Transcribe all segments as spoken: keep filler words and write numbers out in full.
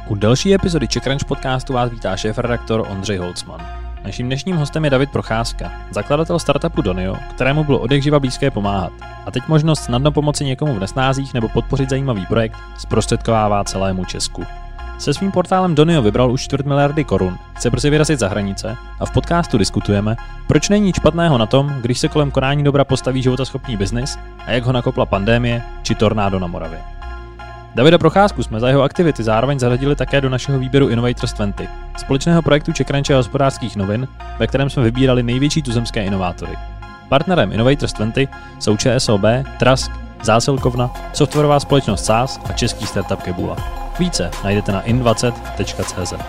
U další epizody CzechCrunch podcastu vás vítá šéfredaktor Ondřej Holcman. Naším dnešním hostem je David Procházka, zakladatel startupu Donio, kterému bylo odjakživa blízké pomáhat. A teď možnost snadno pomoci někomu v nesnázích nebo podpořit zajímavý projekt zprostředkovává celému Česku. Se svým portálem Donio vybral už čtvrt miliardy korun, chce brzy vyrazit za hranice a v podcastu diskutujeme, proč není nic špatného na tom, když se kolem konání dobra postaví životaschopný biznis a jak ho nakopla pandémie či tornádo na Moravě. Davida Procházku jsme za jeho aktivity zároveň zařadili také do našeho výběru Innovators dvacet, společného projektu CzechCrunche a hospodářských novin, ve kterém jsme vybírali největší tuzemské inovátory. Partnerem Innovators dvacet jsou ČSOB, Trask, Zásilkovna, softwarová společnost SaaS a český startup Kebula. Více najdete na in dvacet tečka cé zet.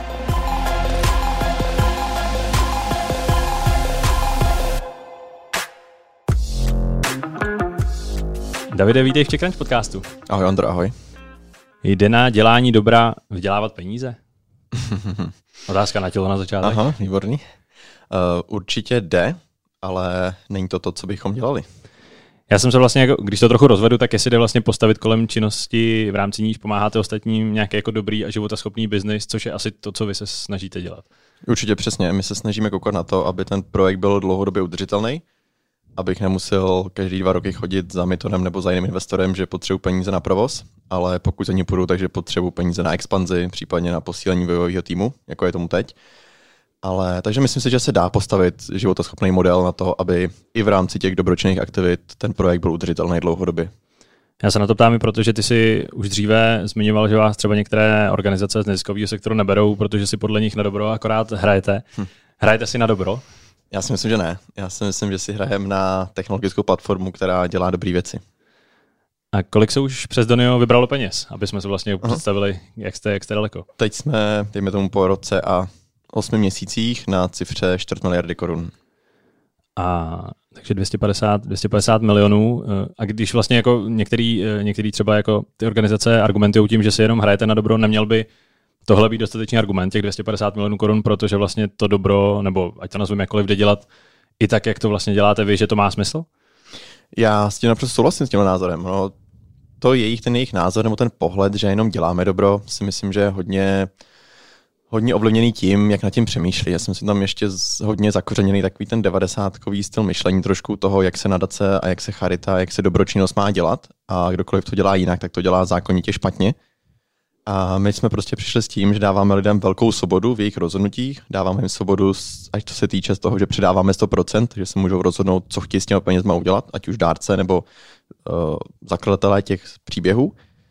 Davide, vítej v CzechCrunch podcastu. Ahoj Ondro, ahoj. Jde na dělání dobra vydělávat peníze? Otázka na tělo na začátek. Aha, výborný. Uh, určitě jde, ale není to to, co bychom dělali. Já jsem se vlastně, jako, když to trochu rozvedu, tak jestli jde vlastně postavit kolem činnosti, v rámci níž pomáháte ostatním nějaký jako dobrý a životaschopný biznis, což je asi to, co vy se snažíte dělat. Určitě přesně. My se snažíme koukat na to, aby ten projekt byl dlouhodobě udržitelný, abych nemusel každý dva roky chodit za Mitonem nebo za jiným investorem, že potřebuji peníze na provoz, ale pokud za ní půjdu, takže potřebuji peníze na expanzi, případně na posílení vývojového týmu, jako je tomu teď. Ale takže myslím si, že se dá postavit životaschopný model na to, aby i v rámci těch dobročinných aktivit ten projekt byl udržitelný dlouhodobě. Já se na to ptám i proto, že ty si už dříve zmiňoval, že vás třeba některé organizace z neziskového sektoru neberou, protože si podle nich na dobro akorát hrajete. Hm. Hrajete si na dobro? Já si myslím, že ne. Já si myslím, že si hrajeme na technologickou platformu, která dělá dobré věci. A kolik se už přes Donio vybralo peněz, aby jsme se vlastně Aha. představili, jak jste, jak jste daleko? Teď jsme, dejme tomu po roce a osmi měsících na cifře čtvrt miliardy korun. A takže dvě stě padesát milionů. A když vlastně jako některý, některý třeba jako ty organizace argumentují tím, že si jenom hrajete na dobro, neměl by tohle být dostatečný argument, těch dvě stě padesát milionů korun, protože vlastně to dobro, nebo ať to nazveme jakkoliv, jde dělat i tak, jak to vlastně děláte vy, že to má smysl? Já s tím naprosto souhlasím s tím názorem. No, to jejich, ten jejich názor nebo ten pohled, že jenom děláme dobro, si myslím, že je hodně, hodně ovlivněný tím, jak nad tím přemýšlí. Já jsem si tam ještě hodně zakořeněný takový ten devadesátkový styl myšlení trošku toho, jak se nadace a jak se charita, jak se dobročinnost má dělat. A kdokoliv to dělá jinak, tak to dělá zákonitě špatně. A my jsme prostě přišli s tím, že dáváme lidem velkou svobodu v jejich rozhodnutích, dáváme jim svobodu, až to se týče z toho, že předáváme sto procent, že se můžou rozhodnout, co chtějí s těmi penězma udělat, ať už dárce nebo uh, zakladatelé těch příběhů.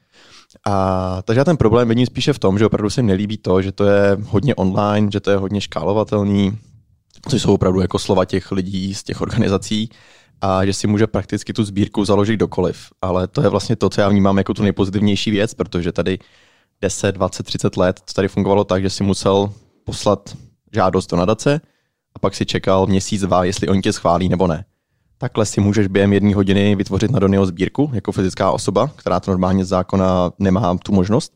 A takže já ten problém vidím spíše v tom, že opravdu se jim nelíbí to, že to je hodně online, že to je hodně škálovatelný, což jsou opravdu jako slova těch lidí z těch organizací, a že si může prakticky tu sbírku založit kdokoliv. Ale to je vlastně to, co já vnímám jako tu nejpozitivnější věc, protože tady deset, dvacet, třicet let to tady fungovalo tak, že si musel poslat žádost do nadace a pak si čekal měsíc, dva, jestli oni tě schválí nebo ne. Takhle si můžeš během jedné hodiny vytvořit na Donio sbírku jako fyzická osoba, která to normálně z zákona nemá tu možnost.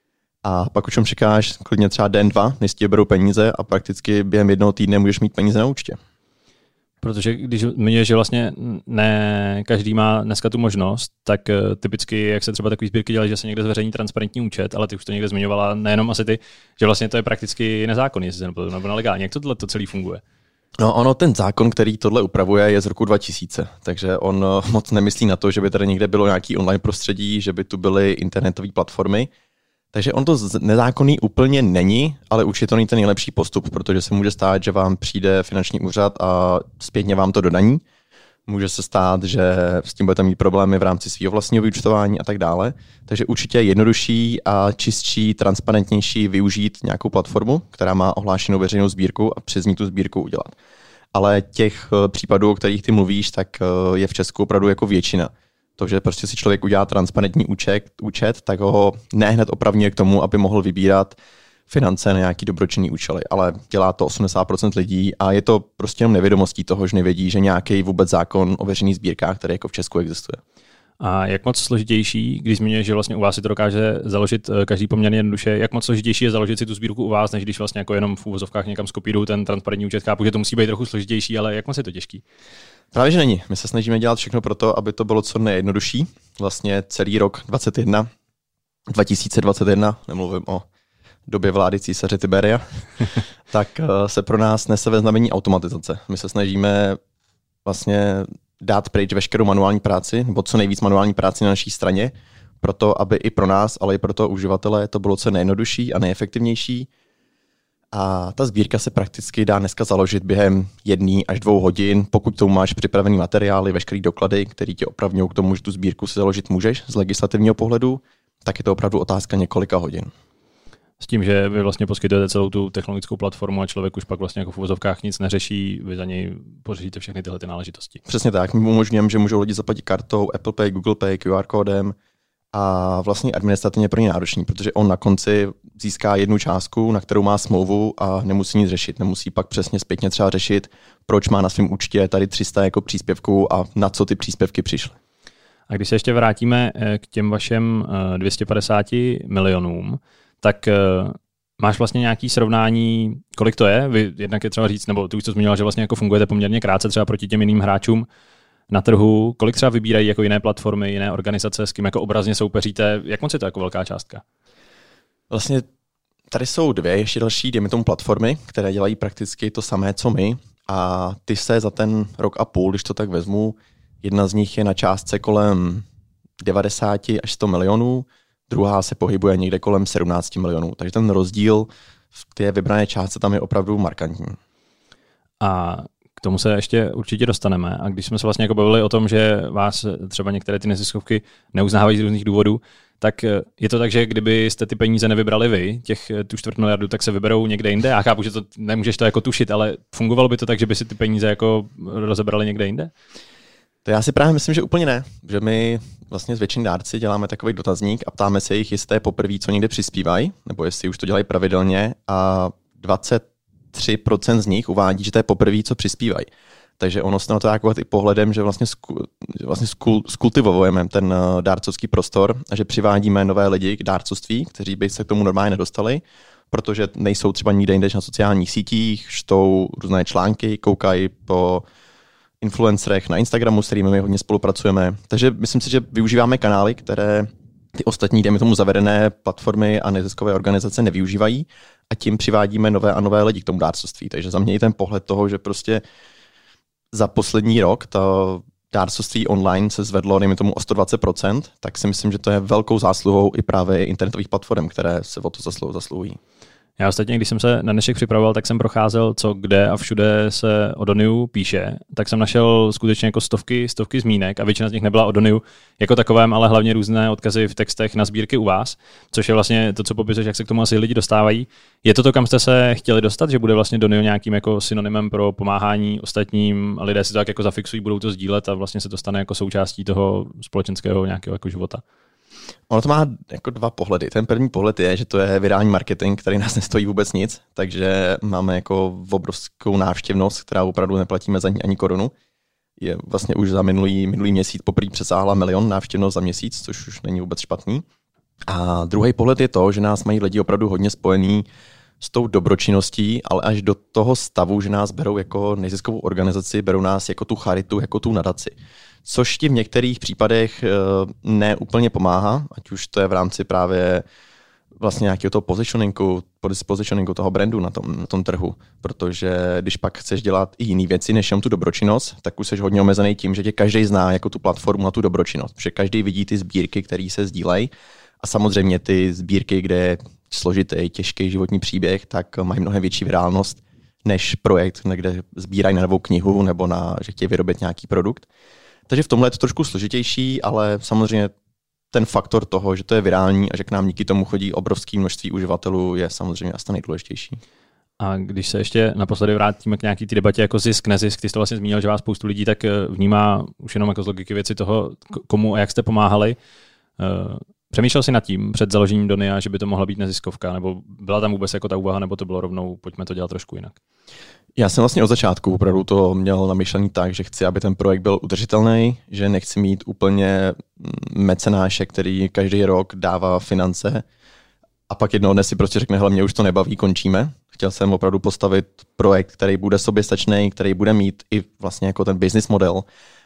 A pak už čekáš klidně třeba den, dva, než ti berou peníze a prakticky během jednoho týdne můžeš mít peníze na účtě. Protože když zmiňuješ, že vlastně ne každý má dneska tu možnost, tak typicky, jak se třeba takový sbírky dělají, že se někde zveřejní transparentní účet, ale ty už to někde zmiňovala, nejenom asi ty, že vlastně to je prakticky nezákonný, jestli se nepletu, nebo nelegální. Jak to tohle to celý funguje? No ono, ten zákon, který tohle upravuje, je z roku dva tisíce, takže on moc nemyslí na to, že by tady někde bylo nějaký online prostředí, že by tu byly internetové platformy. Takže on to nezákonný úplně není, ale určitě to není ten nejlepší postup, protože se může stát, že vám přijde finanční úřad a zpětně vám to dodaní. Může se stát, že s tím budete mít problémy v rámci svého vlastního vyúčtování a tak dále. Takže určitě je jednodušší a čistší, transparentnější využít nějakou platformu, která má ohlášenou veřejnou sbírku a přes ní tu sbírku udělat. Ale těch případů, o kterých ty mluvíš, tak je v Česku opravdu jako většina. To, že prostě si člověk udělá transparentní účet, účet, tak ho ne hned opravňuje k tomu, aby mohl vybírat finance na nějaký dobročinný účely, ale dělá to osmdesát procent lidí a je to prostě jenom nevědomostí toho, že nevědí, že nějaký vůbec zákon o veřejných sbírkách, který jako v Česku existuje. A jak moc složitější, když zmiňuješ, že vlastně u vás si to dokáže založit každý poměrně jednoduše, jak moc složitější je založit si tu sbírku u vás, než když vlastně jako jenom v úvozovkách někam skopíruju ten transparentní účet? Chápu, že to musí být trochu složitější, ale jak moc je to těžký? Právě, že není. My se snažíme dělat všechno pro to, aby to bylo co nejjednodušší. Vlastně celý rok dvacet jedna, dva tisíce dvacet jedna, nemluvím o době vlády císaře Tiberia, tak se pro nás nese ve znamení automatizace. My se snažíme vlastně dát pryč veškerou manuální práci, nebo co nejvíc manuální práci na naší straně, proto aby i pro nás, ale i pro toho uživatele to bylo co nejjednodušší a nejefektivnější. A ta sbírka se prakticky dá dneska založit během jedný až dvou hodin, pokud k tomu máš připravený materiály, veškerý doklady, který tě opravňují k tomu, že tu sbírku si založit můžeš z legislativního pohledu, tak je to opravdu otázka několika hodin. S tím, že vy vlastně poskytujete celou tu technologickou platformu a člověk už pak vlastně jako v uvozovkách nic neřeší, vy za něj pořešíte všechny tyhle ty náležitosti. Přesně tak, my umožňujeme, že můžou lidi zaplatit kartou, Apple Pay, Google Pay, Q R kódem a vlastně administrativně pro ně náročný, protože on na konci získá jednu částku, na kterou má smlouvu a nemusí nic řešit. Nemusí pak přesně zpětně třeba řešit, proč má na svém účtě tady tři sta jako příspěvků a na co ty příspěvky přišly. A když se ještě vrátíme k těm vašem dvě stě padesát milionům, tak máš vlastně nějaké srovnání, kolik to je? Vy jednak je třeba říct, nebo ty už to zmínila, že vlastně jako fungujete poměrně krátce třeba proti těm jiným hráčům na trhu. Kolik třeba vybírají jako jiné platformy, jiné organizace, s kým jako obrazně soupeříte? Jak moc je to jako velká částka? Vlastně tady jsou dvě ještě další, dejme tomu platformy, které dělají prakticky to samé, co my. A ty se za ten rok a půl, když to tak vezmu, jedna z nich je na částce kolem devadesát až sto milionů, druhá se pohybuje někde kolem sedmnáct milionů. Takže ten rozdíl v té vybrané částce tam je opravdu markantní. A k tomu se ještě určitě dostaneme. A když jsme se vlastně jako bavili o tom, že vás třeba některé ty neziskovky neuznávají z různých důvodů, tak je to tak, že kdybyste ty peníze nevybrali vy, těch tu čtvrt miliardu, tak se vyberou někde jinde. Já chápu, že to nemůžeš to jako tušit, ale fungovalo by to tak, že by si ty peníze jako rozebrali někde jinde? To já si právě myslím, že úplně ne. Že my vlastně s většinou dárci děláme takový dotazník a ptáme se jich, jestli je poprvé, co někde přispívají, nebo jestli už to dělají pravidelně, a dvacet tři procent z nich uvádí, že to je poprvé, co přispívají. Takže ono se na to jako i pohledem, že vlastně, sku, vlastně skul, skultivujeme ten dárcovský prostor a že přivádíme nové lidi k dárcovství, kteří by se k tomu normálně nedostali, protože nejsou třeba nikde jinde na sociálních sítích, čtou různé články, koukají po influencerech na Instagramu, s kterými my hodně spolupracujeme. Takže myslím si, že využíváme kanály, které ty ostatní, dejme tomu zavedené platformy a neziskové organizace nevyužívají, a tím přivádíme nové a nové lidi k tomu dárcovství. Takže za mě je ten pohled toho, že prostě za poslední rok to dárcovství online se zvedlo, dejme tomu, o sto dvacet procent, tak si myslím, že to je velkou zásluhou i právě internetových platform, které se o to zasluhují. Já ostatně, když jsem se na dnešek připravoval, tak jsem procházel, co kde a všude se o Doniu píše, tak jsem našel skutečně jako stovky, stovky zmínek a většina z nich nebyla o Doniu jako takovém, ale hlavně různé odkazy v textech na sbírky u vás, což je vlastně to, co popisuješ, jak se k tomu asi lidi dostávají. Je to to, kam jste se chtěli dostat, že bude vlastně Donio nějakým jako synonymem pro pomáhání ostatním a lidé si to tak jako zafixují, budou to sdílet a vlastně se to stane jako součástí toho společenského nějakého jako života? Ono to má jako dva pohledy. Ten první pohled je, že to je virální marketing, který nás nestojí vůbec nic, takže máme jako obrovskou návštěvnost, která opravdu neplatíme za ní ani korunu. Je vlastně už za minulý, minulý měsíc poprvé přesáhla milion návštěvnost za měsíc, což už není vůbec špatný. A druhý pohled je to, že nás mají lidi opravdu hodně spojený s tou dobročinností, ale až do toho stavu, že nás berou jako neziskovou organizaci, berou nás jako tu charitu, jako tu nadaci. Což ti v některých případech ne úplně pomáhá, ať už to je v rámci právě vlastně nějakého toho positioningu, positioningu toho brandu na tom, na tom trhu. Protože když pak chceš dělat i jiné věci než jen tu dobročinnost, tak už jsi hodně omezený tím, že tě každý zná jako tu platformu na tu dobročinnost. Protože každý vidí ty sbírky, které se sdílejí. A samozřejmě ty sbírky, kde je složitý, těžký životní příběh, tak mají mnohem větší virálnost než projekt, kde sbírají na novou knihu nebo na, že chtějí vyrobit nějaký produkt. Takže v tomhle je to trošku složitější, ale samozřejmě ten faktor toho, že to je virální a že k nám díky tomu chodí obrovské množství uživatelů, je samozřejmě asi nejdůležitější. A když se ještě naposledy vrátíme k nějaký té debatě jako zisk, nezisk, ty jsi to vlastně zmínil, že vás spoustu lidí tak vnímá už jenom jako z logiky věci toho, komu a jak jste pomáhali. Přemýšlel jsi nad tím před založením Donia, že by to mohla být neziskovka, nebo byla tam vůbec jako ta úvaha, nebo to bylo rovnou, pojďme to dělat trošku jinak? Já jsem vlastně od začátku opravdu to měl namyšlený tak, že chci, aby ten projekt byl udržitelný, že nechci mít úplně mecenáše, který každý rok dává finance a pak jednoho dne si prostě řekne, hele, mě už to nebaví, končíme. Chtěl jsem opravdu postavit projekt, který bude soběstačný, který bude mít i vlastně jako ten business model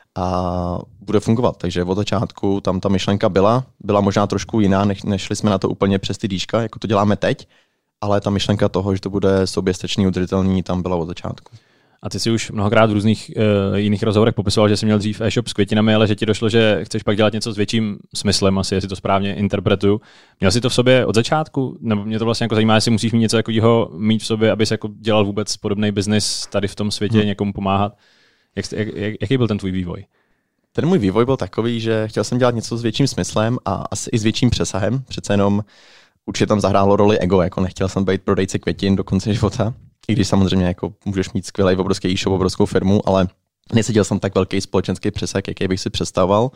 a bude fungovat. Takže od začátku tam ta myšlenka byla, byla možná trošku jiná, než, nešli jsme na to úplně přes ty dýška, jako to děláme teď, ale ta myšlenka toho, že to bude soběstačný, udržitelný, tam byla od začátku. A ty si už mnohokrát v různých uh, jiných rozhovorech popisoval, že jsi měl dřív e-shop s květinami, ale že ti došlo, že chceš pak dělat něco s větším smyslem, asi jestli to správně interpretuju. Měl jsi to v sobě od začátku? Nebo mě to vlastně jako zajímá, jestli musíš mít něco takového mít v sobě, abys jako dělal vůbec podobný biznis tady v tom světě, hmm. někomu pomáhat. Jak, jak, jak, jaký byl ten tvůj vývoj? Ten můj vývoj byl takový, že chtěl jsem dělat něco s větším smyslem a asi i s větším přesahem. Přece jenom určitě tam zahrálo roli ego, jako nechtěl jsem být prodejce květin do konce života. I když samozřejmě jako můžeš mít skvělý obrovský e-shop, obrovskou firmu, ale neseděl jsem tak velký společenský přesah, jaký bych si představoval.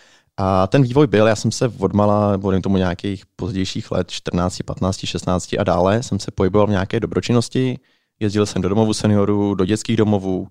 A ten vývoj byl, já jsem se odmala, budem tomu nějakých pozdějších let, čtrnáct, patnáct, šestnáct a dále, jsem se pohyboval v nějaké dobročinnosti, jezdil jsem do domovů seniorů, do dětských domovů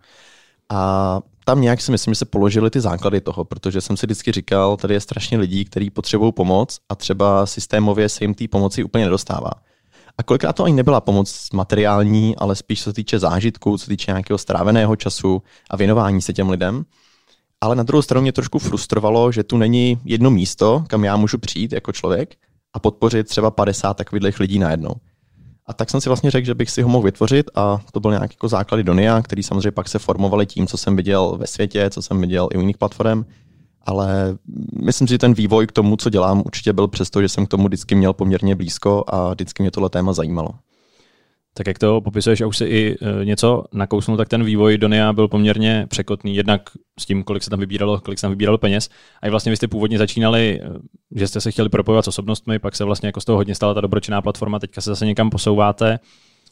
a tam nějak si myslím, že se položily ty základy toho, protože jsem si vždycky říkal, tady je strašně lidí, kteří potřebují pomoc a třeba systémově se jim té pomoci úplně nedostává. A kolikrát to ani nebyla pomoc materiální, ale spíš co se týče zážitku, co se týče nějakého stráveného času a věnování se těm lidem. Ale na druhou stranu mě trošku frustrovalo, že tu není jedno místo, kam já můžu přijít jako člověk a podpořit třeba padesát takových lidí najednou. A tak jsem si vlastně řekl, že bych si ho mohl vytvořit a to byl nějaký jako základy Donia, který samozřejmě pak se formovaly tím, co jsem viděl ve světě, co jsem viděl i u jiných platform. Ale myslím si, že ten vývoj k tomu, co dělám, určitě byl přesto, že jsem k tomu vždycky měl poměrně blízko a vždycky mě tohle téma zajímalo. Tak jak to popisuješ a už si i e, něco nakousnul, tak ten vývoj Donia byl poměrně překotný, jednak s tím, kolik se tam vybíralo, kolik se tam vybíralo peněz. A i vlastně vy jste původně začínali, že jste se chtěli propojovat s osobnostmi, pak se vlastně jako z toho hodně stala ta dobročinná platforma, teďka se zase někam posouváte. E,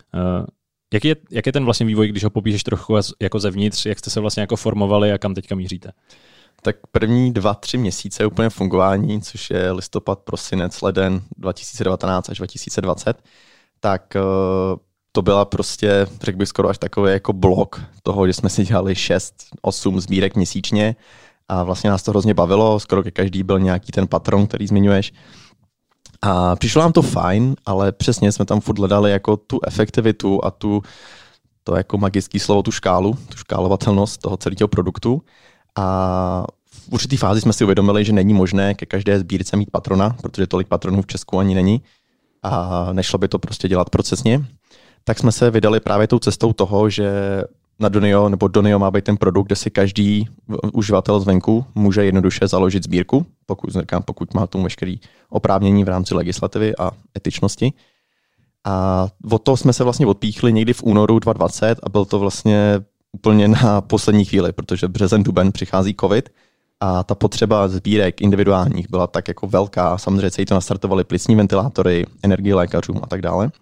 jak, je, jak je ten vlastně vývoj, když ho popíšeš trochu jako zevnitř, jak jste se vlastně jako formovali a kam teďka míříte? Tak první dva, tři měsíce úplně fungování, což je listopad, prosinec, leden dva tisíce devatenáct až dva tisíce dvacet, tak to byla prostě, řekl bych skoro až takový jako blok toho, že jsme si dělali šest osm sbírek měsíčně a vlastně nás to hrozně bavilo, skoro ke každý byl nějaký ten patron, který zmiňuješ. A přišlo nám to fajn, ale přesně jsme tam furt hledali jako tu efektivitu a tu, to jako magické slovo, tu škálu, tu škálovatelnost toho celého produktu. A v určitý fázi jsme si uvědomili, že není možné ke každé sbírce mít patrona, protože tolik patronů v Česku ani není a nešlo by to prostě dělat procesně. Tak jsme se vydali právě tou cestou toho, že na Donio nebo Donio má být ten produkt, kde si každý uživatel zvenku může jednoduše založit sbírku, pokud, říkám, pokud má tomu veškerý oprávnění v rámci legislativy a etičnosti. A od toho jsme se vlastně odpíchli někdy v únoru dva tisíce dvacet a byl to vlastně úplně na poslední chvíli, protože březen, duben přichází covid a ta potřeba sbírek individuálních byla tak jako velká. Samozřejmě se jí to nastartovaly plicní ventilátory, energie lékařům a tak dále.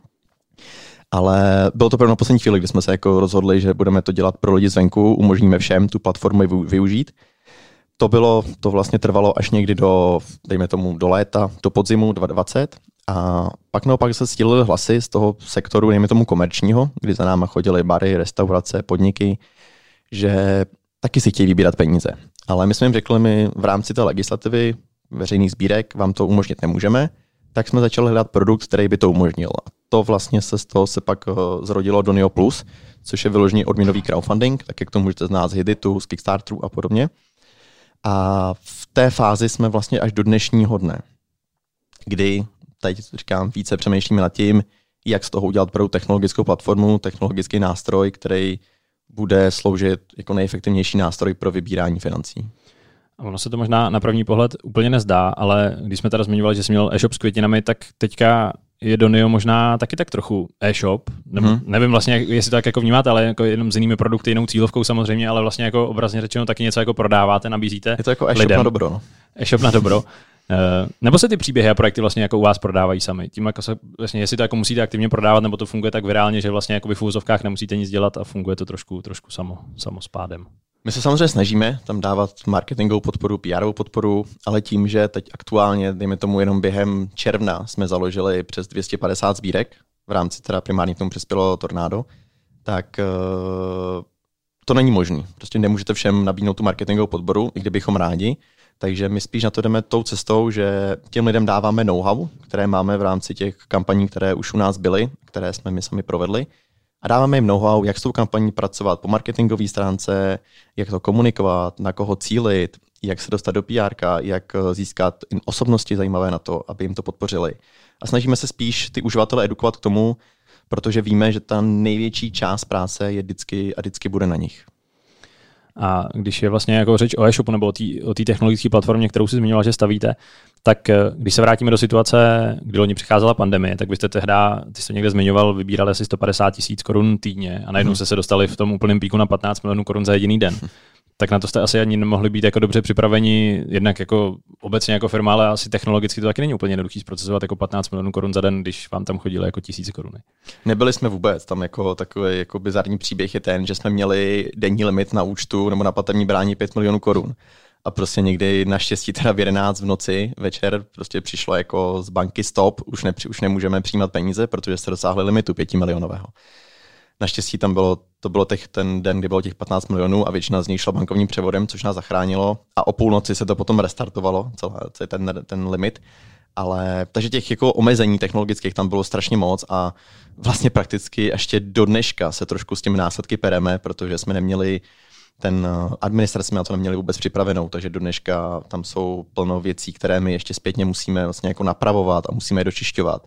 Ale bylo to pro na poslední chvíli, kdy jsme se jako rozhodli, že budeme to dělat pro lidi zvenku, umožníme všem tu platformu využít. To bylo, to vlastně trvalo až někdy do, dejme tomu, do léta, do podzimu dva tisíce dvacet. A pak naopak se stílily hlasy z toho sektoru, dejme tomu komerčního, kdy za náma chodily bary, restaurace, podniky, že taky si chtějí vybírat peníze. Ale my jsme jim řekli, my v rámci té legislativy veřejných sbírek vám to umožnit nemůžeme, tak jsme začali hledat produkt, který by to umožnil. A to vlastně se z toho se pak zrodilo Donio Plus, což je vyložený odměnový crowdfunding, tak jak to můžete znát z Heditu, z Kickstarteru a podobně. A v té fázi jsme vlastně až do dnešního dne, kdy teď říkám, více přemýšlíme nad tím, jak z toho udělat pro technologickou platformu, technologický nástroj, který bude sloužit jako nejefektivnější nástroj pro vybírání financí. A ono se to možná na první pohled úplně nezdá, ale když jsme teda zmiňovali, že jsi měl e-shop s květinami, tak teďka je Donio možná taky tak trochu e-shop. Hmm. Nevím vlastně, jestli to tak jako vnímáte, ale jako jenom s jinými produkty, jinou cílovkou samozřejmě, ale vlastně jako obrazně řečeno taky něco jako prodáváte, nabízíte. Je to jako e-shop lidem. na dobro. No. E-shop na dobro. Nebo se ty příběhy a projekty vlastně jako u vás prodávají sami? Tím jako se, vlastně, jestli to jako musíte aktivně prodávat, nebo to funguje tak virálně, že vlastně jako v úvozovkách nemusíte nic dělat a funguje to trošku, trošku samo, samo s pádem. My se samozřejmě snažíme tam dávat marketingovou podporu, P R ovou podporu, ale tím, že teď aktuálně, dejme tomu jenom během června, jsme založili přes dvě stě padesát sbírek, v rámci teda primárně k tomu přispělo Tornado, tak uh, to není možné. Prostě nemůžete všem nabídnout tu marketingovou podporu, i kdybychom rádi. Takže my spíš na to jdeme tou cestou, že těm lidem dáváme know-how, které máme v rámci těch kampaní, které už u nás byly, které jsme my sami provedli. A dáváme jim know-how, jak s tou kampaní pracovat po marketingové stránce, jak to komunikovat, na koho cílit, jak se dostat do P R ka, jak získat osobnosti zajímavé na to, aby jim to podpořili. A snažíme se spíš ty uživatele edukovat k tomu, protože víme, že ta největší část práce je vždycky a vždycky bude na nich. A když je vlastně jako řeč o e-shopu nebo o té technologické platformě, kterou si zmiňoval, že stavíte, tak když se vrátíme do situace, kdy loni přicházela pandemie, tak byste tehda, ty jste někde zmiňoval, vybírali asi sto padesát tisíc korun týdně a najednou hmm. jste se dostali v tom úplném píku na patnáct milionů korun za jediný den. Tak na to jste asi ani nemohli být jako dobře připraveni, jednak jako obecně jako firma, ale asi technologicky to taky není úplně jednoduchý zprocesovat jako patnáct milionů korun za den, když vám tam chodilo jako tisíce koruny. Nebyli jsme vůbec, tam jako takový jako bizarní příběh je ten, že jsme měli denní limit na účtu nebo na platební bráně pět milionů korun. A prostě někdy naštěstí teda v jedenáct v noci večer prostě přišlo jako z banky stop, už, ne, už nemůžeme přijímat peníze, protože jste dosáhli limitu pětimilionového. Naštěstí tam bylo, to bylo těch, ten den, kdy bylo těch patnáct milionů a většina z nich šla bankovním převodem, což nás zachránilo. A o půlnoci se to potom restartovalo, celý ten, ten limit. Ale takže těch jako omezení technologických tam bylo strašně moc a vlastně prakticky ještě do dneška se trošku s těmi následky pereme, protože jsme neměli ten administrace jsme na to neměli vůbec připravenou, takže do dneška tam jsou plno věcí, které my ještě zpětně musíme vlastně jako napravovat a musíme je dočišťovat.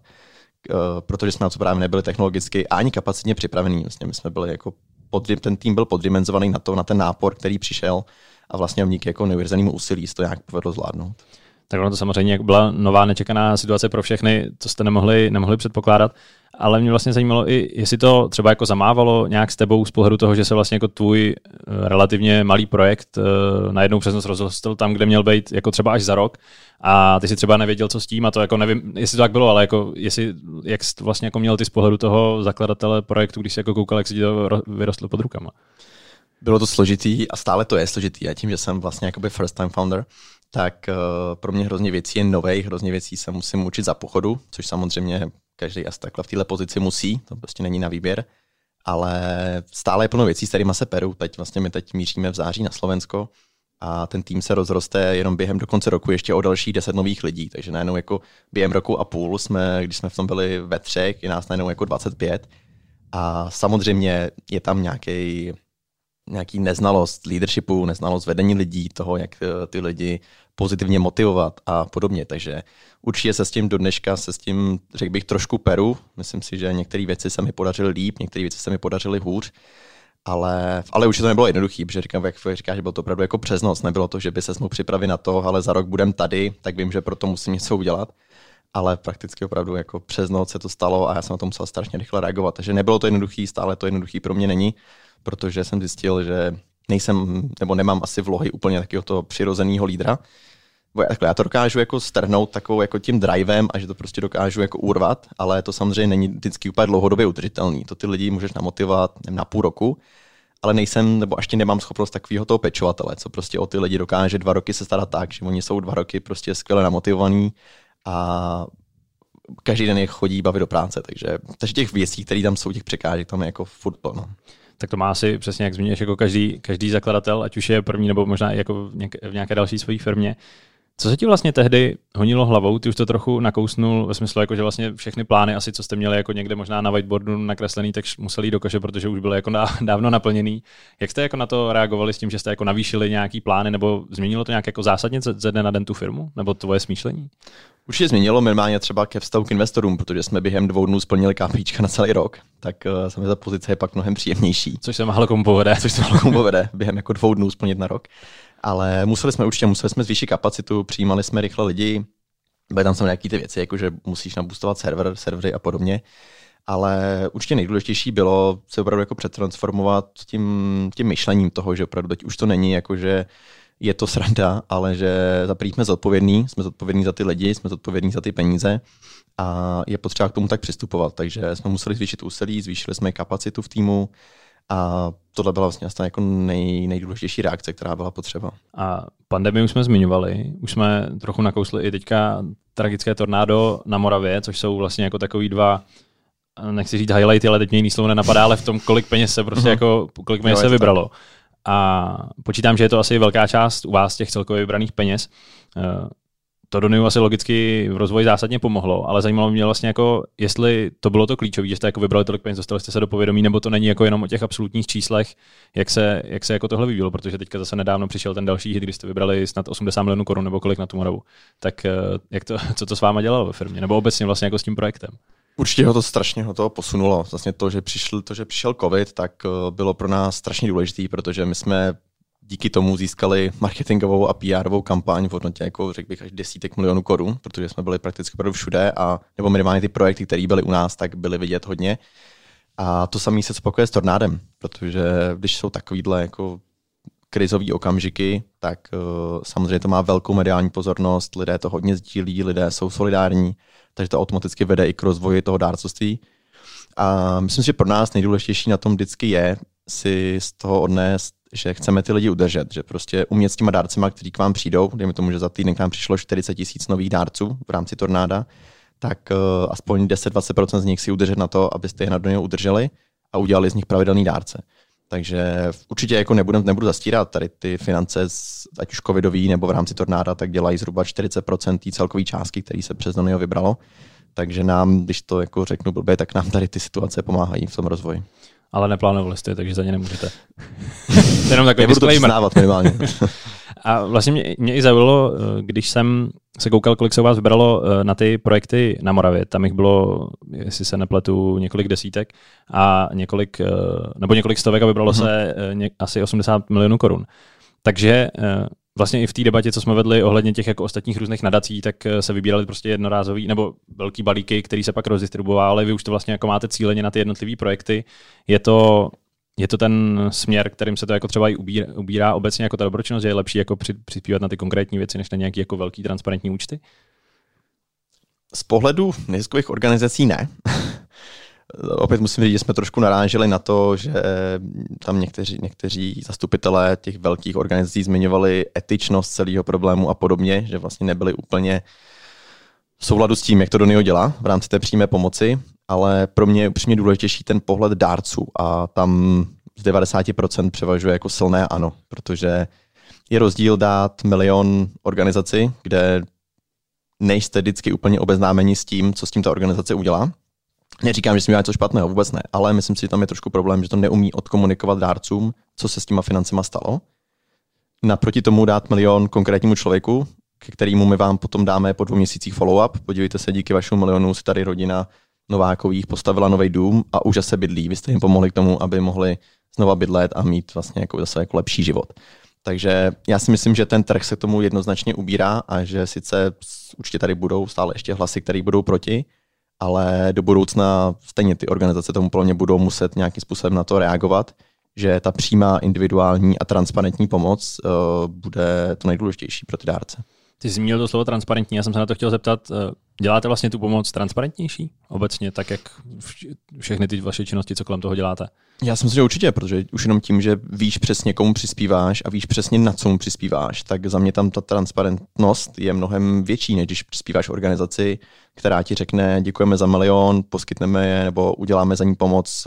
Protože jsme na to právě nebyli technologicky a ani kapacitně připravení. Vlastně my jsme byli jako pod, ten tým byl poddimenzovaný na to, na ten nápor, který přišel a vlastně díky jako neuvěřitelnému úsilí se to nějak povedlo zvládnout. Tak ono to samozřejmě byla nová nečekaná situace pro všechny, co jste nemohli, nemohli předpokládat, ale mě vlastně zajímalo i, jestli to třeba jako zamávalo nějak s tebou z pohledu toho, že se vlastně jako tvůj relativně malý projekt najednou přes noc rozrostl tam, kde měl být jako třeba až za rok a ty si třeba nevěděl, co s tím a to jako nevím, jestli to tak bylo, ale jako jestli, jak jsi vlastně jako měl ty z pohledu toho zakladatele projektu, když jsi jako koukal, jak se ti to vyrostlo pod rukama. Bylo to složitý a stále to je složitý a tím, že jsem vlastně jakoby first time founder, tak uh, pro mě hrozně věcí je novej, hrozně věcí se musím učit za pochodu, což samozřejmě každý asi takhle v této pozici musí, to prostě není na výběr, ale stále je plno věcí, s kterými se peru. Teď vlastně my teď míříme v září na Slovensko a ten tým se rozroste jenom během do konce roku ještě o dalších deset nových lidí, takže najednou jako během roku a půl jsme, když jsme v tom byli ve třech, je nás najednou jako dvacet pět a samozřejmě je tam nějaký nějaký neznalost leadershipu, neznalost vedení lidí, toho, jak ty lidi pozitivně motivovat a podobně. Takže určitě se s tím do dneška, se s tím, řekl bych, trošku peru. Myslím si, že některé věci se mi podařily líp, některé věci se mi podařily hůř, ale, ale už to nebylo jednoduché, protože říkám, jak říkáš, že bylo to opravdu jako přes noc. Nebylo to, že by se mohl připravit na to, ale za rok budem tady, tak vím, že proto musím něco udělat. Ale prakticky opravdu jako přes noc se to stalo a já jsem na to musel strašně rychle reagovat. Takže nebylo to jednoduché, stále to jednoduché pro mě není, protože jsem zjistil, že nejsem, nebo nemám asi vlohy úplně takového toho přirozeného lídra. Já to dokážu jako strhnout takovou jako tím drivem a že to prostě dokážu jako urvat, ale to samozřejmě není vždycky úplně dlouhodobě udržitelný. To ty lidi můžeš namotivovat nevím, na půl roku, ale nejsem, nebo ještě nemám schopnost takového toho pečovatele, co prostě o ty lidi dokáže dva roky se starat tak, že oni jsou dva roky prostě skvěle namotivovaní a každý den je chodí bavit do práce, takže, takže těch věcí, které tam jsou, těch překážek, tam je jako furt plno. Tak to má asi přesně, jak zmíníš, jako každý, každý zakladatel, ať už je první nebo možná jako v nějaké, v nějaké další své firmě. Co se ti vlastně tehdy honilo hlavou? Ty už to trochu nakousnul ve smyslu, jako, že vlastně všechny plány, asi co jste měli jako někde možná na whiteboardu nakreslený, tak museli jít do koše, protože už byly jako dávno naplněný. Jak jste jako na to reagovali s tím, že jste jako navýšili nějaký plány, nebo změnilo to nějak jako zásadně ze dne na den tu firmu? Nebo tvoje smýšlení? Určitě změnilo minimálně třeba ke vztahu k investorům, protože jsme během dvou dnů splnili KPIčka na celý rok, tak uh, samozřejmě ta pozice je pak mnohem příjemnější. Což se málo komu povede. Což se málo komu povede během jako dvou dnů splnit na rok. Ale museli jsme určitě, museli jsme zvýšit kapacitu, přijímali jsme rychle lidi, byly tam jsou nějaké ty věci, jako že musíš naboostovat server, servery a podobně. Ale určitě nejdůležitější bylo se opravdu jako přetransformovat tím, tím myšlením toho, že opravdu teď už to není jako, že je to sranda, ale že za první jsme zodpovědní, jsme zodpovědní za ty lidi, jsme zodpovědní za ty peníze a je potřeba k tomu tak přistupovat. Takže jsme museli zvýšit úsilí, zvýšili jsme kapacitu v týmu a tohle byla vlastně jako nej, nejdůležitější reakce, která byla potřeba. A pandemii už jsme zmiňovali, už jsme trochu nakousli i teďka tragické tornádo na Moravě, což jsou vlastně jako takový dva, nechci říct highlighty, ale teď mě jiný slovo nenapadá, ale v tom, kolik peněz se prostě jako, kolik peněz se vybralo. A počítám, že je to asi velká část u vás těch celkově vybraných peněz. to Doniu asi logicky v rozvoji zásadně pomohlo, ale zajímalo mě vlastně jako, jestli to bylo to klíčové, že jste jako vybrali tolik peněz, dostali jste se do povědomí, nebo to není jako jenom o těch absolutních číslech, jak se, jak se jako tohle vyvíjelo, protože teďka zase nedávno přišel ten další hit, kdy jste vybrali snad osmdesát milionů korun nebo kolik na tu Moravu. Tak jak to, co to s váma dělalo ve firmě, nebo obecně vlastně jako s tím projektem? Určitě ho to strašně ho to posunulo. Vlastně to, že přišel, to, že přišel covid, tak bylo pro nás strašně důležitý, protože my jsme díky tomu získali marketingovou a P R ovou kampaň v hodnotě, jako řekl bych, až desítek milionů korun, protože jsme byli prakticky opravdu všude a nebo minimálně ty projekty, které byly u nás, tak byly vidět hodně. A to samé se spokuje s Tornádem, protože když jsou takovýhle jako krizový okamžiky, tak uh, samozřejmě to má velkou mediální pozornost, lidé to hodně sdílí, lidé jsou solidární, takže to automaticky vede i k rozvoji toho dárcovství. A myslím si, že pro nás nejdůležitější na tom vždycky je si z toho odnést, že chceme ty lidi udržet, že prostě umět s těma dárcema, kteří k vám přijdou, dejme tomu, že za týden k vám přišlo čtyřicet tisíc nových dárců v rámci Tornáda, tak uh, aspoň deset až dvacet procent z nich si udržet na to, abyste je na Donio udrželi a udělali z nich pravidelný dárce. Takže určitě jako nebudem, nebudu zastírat, tady ty finance, ať už covidový nebo v rámci Tornáda, tak dělají zhruba čtyřicet procent té celkové částky, které se přes Donio vybralo. Takže nám, když to jako řeknu blbě, tak nám tady ty situace pomáhají v tom rozvoji. Ale neplánovali jste, takže za ně nemůžete. Jenom takový Nebudu to přiznávat minimálně. A vlastně mě, mě i zaujalo, když jsem se koukal, kolik se u vás vybralo na ty projekty na Moravě. Tam jich bylo, jestli se nepletu, několik desítek a několik, nebo několik stovek a vybralo mm-hmm. se ně, asi osmdesát milionů korun. Takže vlastně i v té debatě, co jsme vedli ohledně těch jako ostatních různých nadací, tak se vybíraly prostě jednorázový nebo velký balíky, který se pak rozdistribuoval, ale vy už to vlastně jako máte cíleně na ty jednotlivé projekty. Je to, je to ten směr, kterým se to jako třeba i ubírá, ubírá obecně jako ta dobročinnost, že je lepší jako při, přispívat na ty konkrétní věci, než na nějaký jako velký transparentní účty? Z pohledu neziskových organizací ne. Opět musím říct, že jsme trošku naráželi na to, že tam někteří, někteří zastupitelé těch velkých organizací zmiňovali etičnost celého problému a podobně, že vlastně nebyli úplně v souladu s tím, jak to Donio dělá v rámci té přímé pomoci, ale pro mě je upřímně důležitější ten pohled dárců a tam z devadesát procent převažuje jako silné ano, protože je rozdíl dát milion organizaci, kde nejste vždycky úplně obeznámeni s tím, co s tím ta organizace udělá. Neříkám, že jsme dělali něco špatného, vůbec ne, ale myslím si, že tam je trošku problém, že to neumí odkomunikovat dárcům, co se s těma financema stalo. Naproti tomu dát milion konkrétnímu člověku, ke kterému my vám potom dáme po dvou měsících follow-up. Podívejte se, díky vašemu milionu si tady rodina Novákových postavila nový dům a už se bydlí. Vy jste jim pomohli k tomu, aby mohli znova bydlet a mít vlastně jako zase jako lepší život. Takže já si myslím, že ten trh se tomu jednoznačně ubírá a že sice určitě tady budou stále ještě hlasy, které budou proti, ale do budoucna stejně ty organizace tomu podle mě budou muset nějakým způsobem na to reagovat, že ta přímá individuální a transparentní pomoc uh, bude to nejdůležitější pro ty dárce. Ty jsi zmínil to slovo transparentní, já jsem se na to chtěl zeptat, děláte vlastně tu pomoc transparentnější obecně, tak jak všechny ty vaše činnosti, co kolem toho děláte? Já si myslím, že určitě, protože už jenom tím, že víš přesně, komu přispíváš a víš přesně, na co mu přispíváš, tak za mě tam ta transparentnost je mnohem větší, než když přispíváš organizaci, která ti řekne, děkujeme za milion, poskytneme je, nebo uděláme za ní pomoc,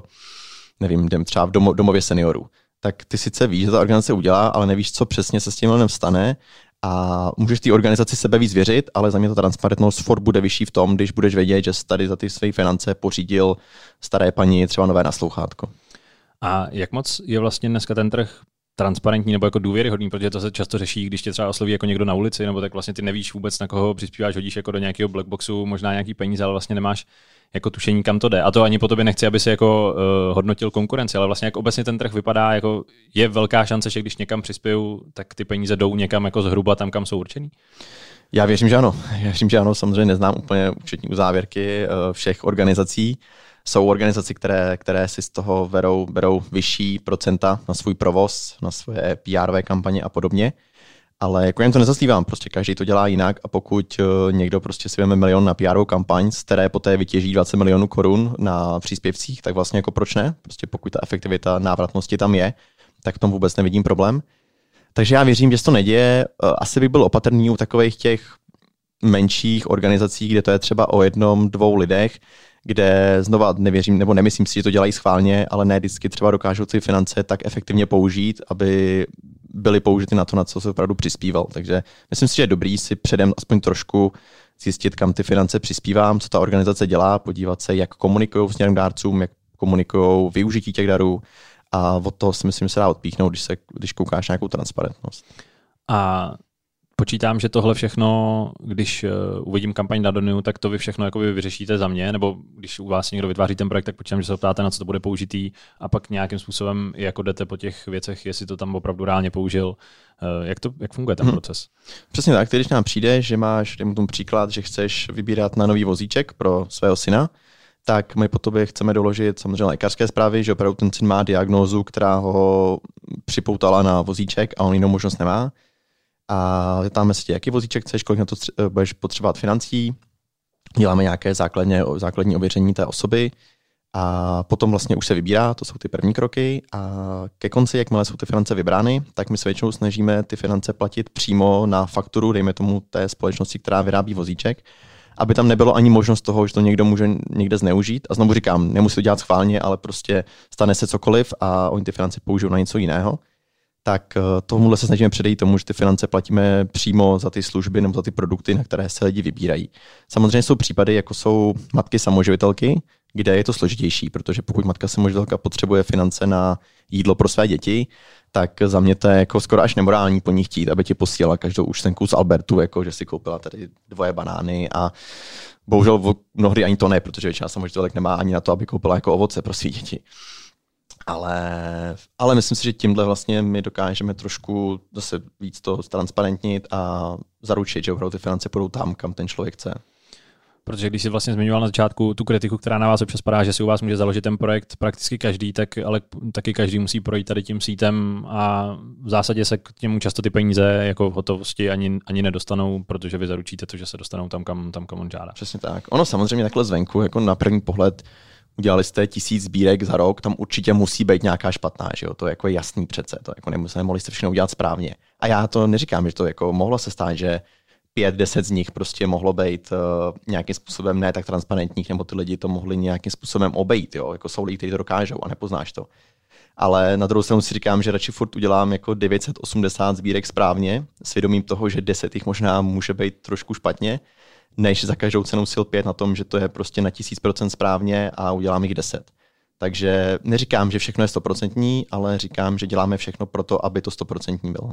nevím, jdem třeba v domově seniorů. Tak ty sice víš, že ta organizace udělá, ale nevíš, co přesně se s tím milionem stane. A můžeš té organizaci sebe víc věřit, ale za mě ta transparentnost furt bude vyšší v tom, když budeš vědět, že jsi tady za ty své finance pořídil staré paní třeba nové naslouchátko. A jak moc je vlastně dneska ten trh transparentní nebo jako důvěryhodný, protože to se často řeší, když tě třeba osloví jako někdo na ulici, nebo tak vlastně ty nevíš vůbec, na koho přispíváš, hodíš jako do nějakého blackboxu, možná nějaký peníze, ale vlastně nemáš jako tušení, kam to jde. A to ani po tobě nechci, aby si jako uh, hodnotil konkurenci, ale vlastně jak obecně ten trh vypadá, jako je velká šance, že když někam přispěju, tak ty peníze jdou někam jako zhruba tam, kam jsou určený? Já věřím, že ano. Já věřím, že ano. Samozřejmě neznám úplně účetní uzávěrky uh, všech organizací. Jsou organizace, které, které si z toho berou, berou vyšší procenta na svůj provoz, na svoje P R ové kampaně a podobně. Ale jako jen to nezastívám, prostě každý to dělá jinak a pokud někdo prostě si veme milion na P R ovou kampaň, z které poté vytěží dvacet milionů korun na příspěvcích, tak vlastně jako proč ne? Prostě pokud ta efektivita návratnosti tam je, tak v tom vůbec nevidím problém. Takže já věřím, že se to neděje. Asi bych byl opatrný u takových těch menších organizací, kde to je třeba o jednom, dvou lidech, kde znova nevěřím, nebo nemyslím si, že to dělají schválně, ale ne vždycky třeba dokážou ty finance tak efektivně použít, aby byly použity na to, na co se opravdu přispíval. Takže myslím si, že je dobrý si předem aspoň trošku zjistit, kam ty finance přispívám, co ta organizace dělá, podívat se, jak komunikují s těm dárcům, jak komunikují využití těch darů a od toho si myslím, že se dá odpíchnout, když, se, když koukáš nějakou transparentnost. A počítám, že tohle všechno, když uh, uvidím kampaň na Doniu, tak to vy všechno jako vy vyřešíte za mě, nebo když u vás někdo vytváří ten projekt, tak počítám, že se ptáte, na co to bude použitý a pak nějakým způsobem jako jdete po těch věcech, jestli to tam opravdu reálně použil. Uh, jak, to, jak funguje ten hmm. proces? Přesně tak, ty, když nám přijde, že máš tomu příklad, že chceš vybírat na nový vozíček pro svého syna, tak my po tobě chceme doložit samozřejmě lékařské zprávy, že opravdu ten syn má diagnózu, která ho připoutala na vozíček a on jinou možnost nemá. A zeptáme se tě, jaký vozíček chceš, kolik na to tři- budeš potřebovat financí, děláme nějaké základně, základní ověření té osoby a potom vlastně už se vybírá, to jsou ty první kroky a ke konci, jakmile jsou ty finance vybrány, tak my se většinou snažíme ty finance platit přímo na fakturu, dejme tomu té společnosti, která vyrábí vozíček, aby tam nebylo ani možnost toho, že to někdo může někde zneužít. A znovu říkám, nemusí to dělat schválně, ale prostě stane se cokoliv a oni ty finance použijou na něco jiného. Tak tomuhle se snažíme předejít tomu, že ty finance platíme přímo za ty služby nebo za ty produkty, na které se lidi vybírají. Samozřejmě jsou případy, jako jsou matky samoživitelky, kde je to složitější, protože pokud matka samoživitelka potřebuje finance na jídlo pro své děti, tak za mě to je jako skoro až nemorální po ní chtít, aby ti posílala každou účtenku z Albertu, jako že si koupila tady dvoje banány a bohužel mnohdy ani to ne, protože většina samoživitelek nemá ani na to, aby koupila jako ovoce pro své děti. Ale, ale myslím si, že tímhle vlastně my dokážeme trošku zase víc to transparentnit a zaručit, že opravdu ty finance půjdou tam, kam ten člověk chce. Protože když jsi vlastně zmiňoval na začátku tu kritiku, která na vás občas padá, že si u vás může založit ten projekt prakticky každý, tak ale taky každý musí projít tady tím sítem a v zásadě se k němu často ty peníze jako v hotovosti ani, ani nedostanou, protože vy zaručíte to, že se dostanou tam, kam, tam, kam on žádá. Přesně tak. Ono samozřejmě takhle zvenku, jako na první pohled, udělali jste tisíc sbírek za rok, tam určitě musí být nějaká špatná, že jo? To je jako jasný přece, to jako nemuseli, nemohli jste všechno udělat správně. A já to neříkám, že to jako mohlo se stát, že pět, deset z nich prostě mohlo být uh, nějakým způsobem ne tak transparentních, nebo ty lidi to mohli nějakým způsobem obejít, jo? Jako jsou lidi, kteří to dokážou a nepoznáš to. Ale na druhou stranu si říkám, že radši furt udělám jako devět set osmdesát sbírek správně, svědomím toho, že deset jich možná může být trošku špatně, než za každou cenu sil pět na tom, že to je prostě na tisíc procent správně a udělám jich deset. Takže neříkám, že všechno je stoprocentní, ale říkám, že děláme všechno pro to, aby to stoprocentní bylo.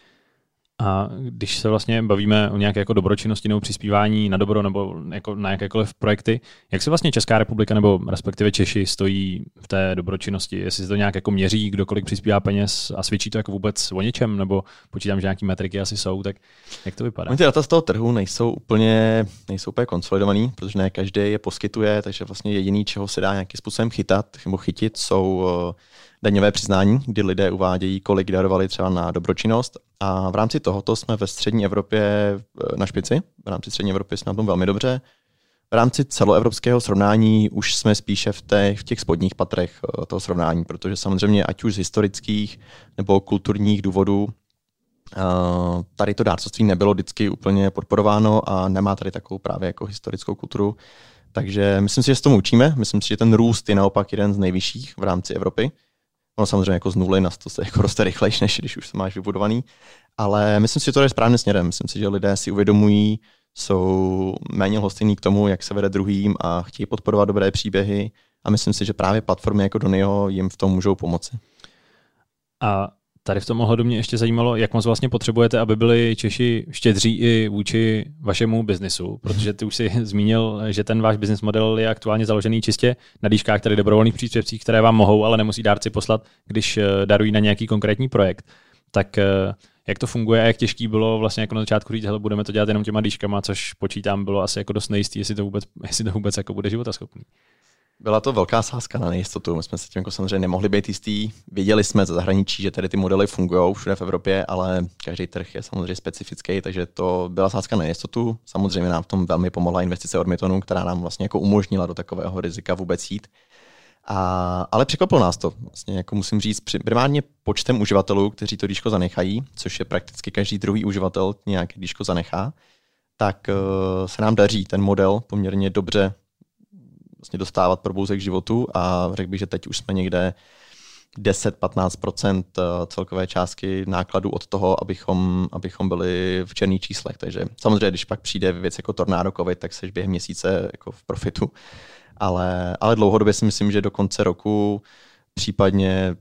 A když se vlastně bavíme o nějaké jako dobročinnosti nebo přispívání na dobro nebo jako na jakékoliv projekty, jak se vlastně Česká republika nebo respektive Češi stojí v té dobročinnosti? Jestli se to nějak jako měří, kdo kolik přispívá peněz a svědčí to jako vůbec o něčem, nebo počítám, že nějaký metriky asi jsou, tak jak to vypadá? Ty data z toho trhu nejsou úplně, nejsou úplně konsolidovaný, protože ne každý je poskytuje, takže vlastně jediný, čeho se dá nějakým způsobem chytat nebo chytit, jsou daňové přiznání, kdy lidé uvádějí, kolik darovali třeba na dobročinnost. A v rámci tohoto jsme ve střední Evropě na špici. V rámci střední Evropy jsme na tom velmi dobře. V rámci celoevropského srovnání už jsme spíše v těch, v těch spodních patrech toho srovnání, protože samozřejmě ať už z historických nebo kulturních důvodů tady to dárcovství nebylo vždycky úplně podporováno a nemá tady takovou právě jako historickou kulturu. Takže myslím si, že se tomu učíme. Myslím si, že ten růst je naopak jeden z nejvyšších v rámci Evropy. Ono samozřejmě jako z nuly na sto se jako roste rychlejš, než když už to máš vybudovaný. Ale myslím si, že to je správným směrem. Myslím si, že lidé si uvědomují, jsou méně lhostejní k tomu, jak se vede druhým a chtějí podporovat dobré příběhy. A myslím si, že právě platformy jako Donio jim v tom můžou pomoci. A tady v tom ohledu mě ještě zajímalo, jak moc vlastně potřebujete, aby byli Češi štědří i vůči vašemu biznisu, protože ty už si zmínil, že ten váš business model je aktuálně založený čistě na dýškách, tedy dobrovolných příspěvcích, které vám mohou, ale nemusí dárci poslat, když darují na nějaký konkrétní projekt. Tak jak to funguje a jak těžký bylo vlastně jako na začátku říct, hele, budeme to dělat jenom těma dýškama, což počítám bylo asi jako dost nejistý, jestli to vůbec, jestli to vůbec jako bude životaschopný. Byla to velká sázka na nejistotu. My jsme se tím jako samozřejmě nemohli být jistý. Věděli jsme ze zahraničí, že tady ty modely fungují všude v Evropě, ale každý trh je samozřejmě specifický, takže to byla sázka na nejistotu. Samozřejmě nám v tom velmi pomohla investice Ormitonu, která nám vlastně jako umožnila do takového rizika vůbec jít. A, ale překvapilo nás to. Vlastně jako musím říct, primárně počtem uživatelů, kteří to dýško zanechají, což je prakticky každý druhý uživatel nějaké dýško zanechá, tak uh, se nám daří ten model poměrně dobře vlastně dostávat probouzek k životu a řekl bych, že teď už jsme někde deset až patnáct procent celkové částky nákladů od toho, abychom, abychom byli v černých číslech. Takže samozřejmě, když pak přijde věc jako tornádo covid, tak seš během měsíce jako v profitu. Ale, ale dlouhodobě si myslím, že do konce roku, případně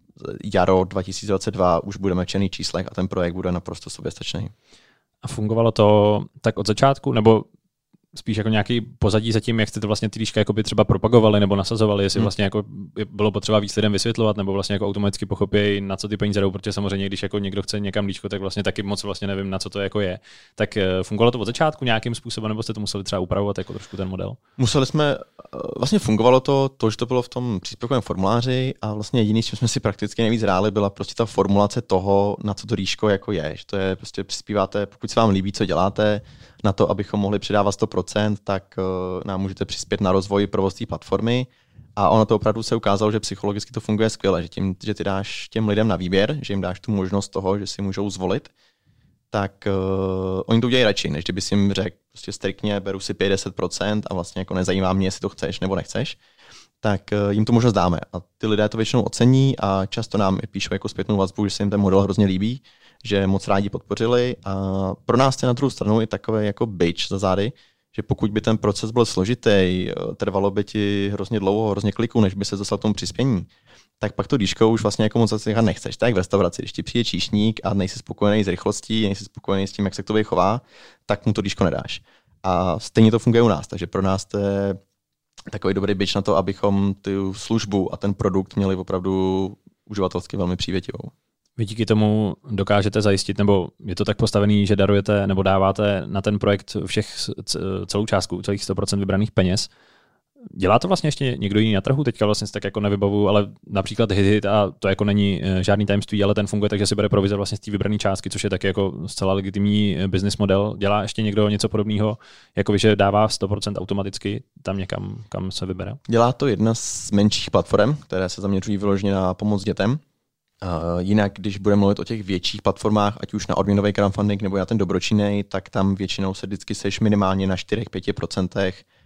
jaro dva tisíce dvacet dva, už budeme v černých číslech a ten projekt bude naprosto soběstačný. A fungovalo to tak od začátku, nebo spíš jako nějaký pozadí za tím, jak jste to vlastně ty líška jakoby třeba propagovali nebo nasazovali, jestli hmm. vlastně jako bylo potřeba víc lidem vysvětlovat, nebo vlastně jako automaticky pochopí, na co ty peníze jdou, protože samozřejmě, když jako někdo chce někam líčko, tak vlastně taky moc vlastně nevím, na co to jako je. Tak fungovalo to od začátku nějakým způsobem, nebo jste to museli třeba upravovat jako trošku ten model? Museli jsme, vlastně fungovalo to, to, že to bylo v tom příspěvkovém formuláři a vlastně jediný, s čím jsme si prakticky nejvíc hráli, byla prostě ta formulace toho, na co to líško jako je. Že to je prostě přispíváte, pokud se vám líbí, co děláte, na to, abychom mohli přidávat sto procent, tak uh, nám můžete přispět na rozvoj provoz té platformy. A ono to opravdu se ukázalo, že psychologicky to funguje skvěle, že tím, že ty dáš těm lidem na výběr, že jim dáš tu možnost toho, že si můžou zvolit, tak uh, oni to udělají radši, než kdyby si jim řekl, prostě striktně beru si pět až deset procent a vlastně jako nezajímá mě, jestli to chceš nebo nechceš, tak uh, jim to možnost dáme. A ty lidé to většinou ocení a často nám i píšou jako zpětnou vazbu, že se jim ten model hrozně líbí, že moc rádi podpořili. A pro nás je na druhou stranu i takový jako bič za zády, že pokud by ten proces byl složitý, trvalo by ti hrozně dlouho, hrozně kliků, než by se dostal k tomu přispění, tak pak to díško už vlastně jako moc zase nechceš. Tak v restauraci, když ti přijde číšník a nejsi spokojený s rychlostí, nejsi spokojený s tím, jak se k tobě chová, tak mu to díško nedáš. A stejně to funguje u nás, takže pro nás to je takový dobrý bič na to, abychom tu službu a ten produkt měli opravdu uživatelsky velmi přívětivou. Vy díky tomu dokážete zajistit, nebo je to tak postavený, že darujete nebo dáváte na ten projekt všech celou částku, celých sto procent vybraných peněz. Dělá to vlastně ještě někdo jiný na trhu? Teďka vlastně si tak jako nevybavuju, ale například HitHit, a to jako není žádný tajemství, ale ten funguje tak, že si bere provize vlastně z té vybrané částky, což je taky jako zcela legitimní business model. Dělá ještě někdo něco podobného, jako vy, že dává sto procent automaticky tam někam, kam se vybere? Dělá to jedna z menších platform, které se zaměřují vyloženě na pomoc dětem. Uh, jinak, když budeme mluvit o těch větších platformách, ať už na odměnový crowdfunding nebo na ten dobročinný, tak tam většinou se vždycky seš minimálně na čtyři až pět procent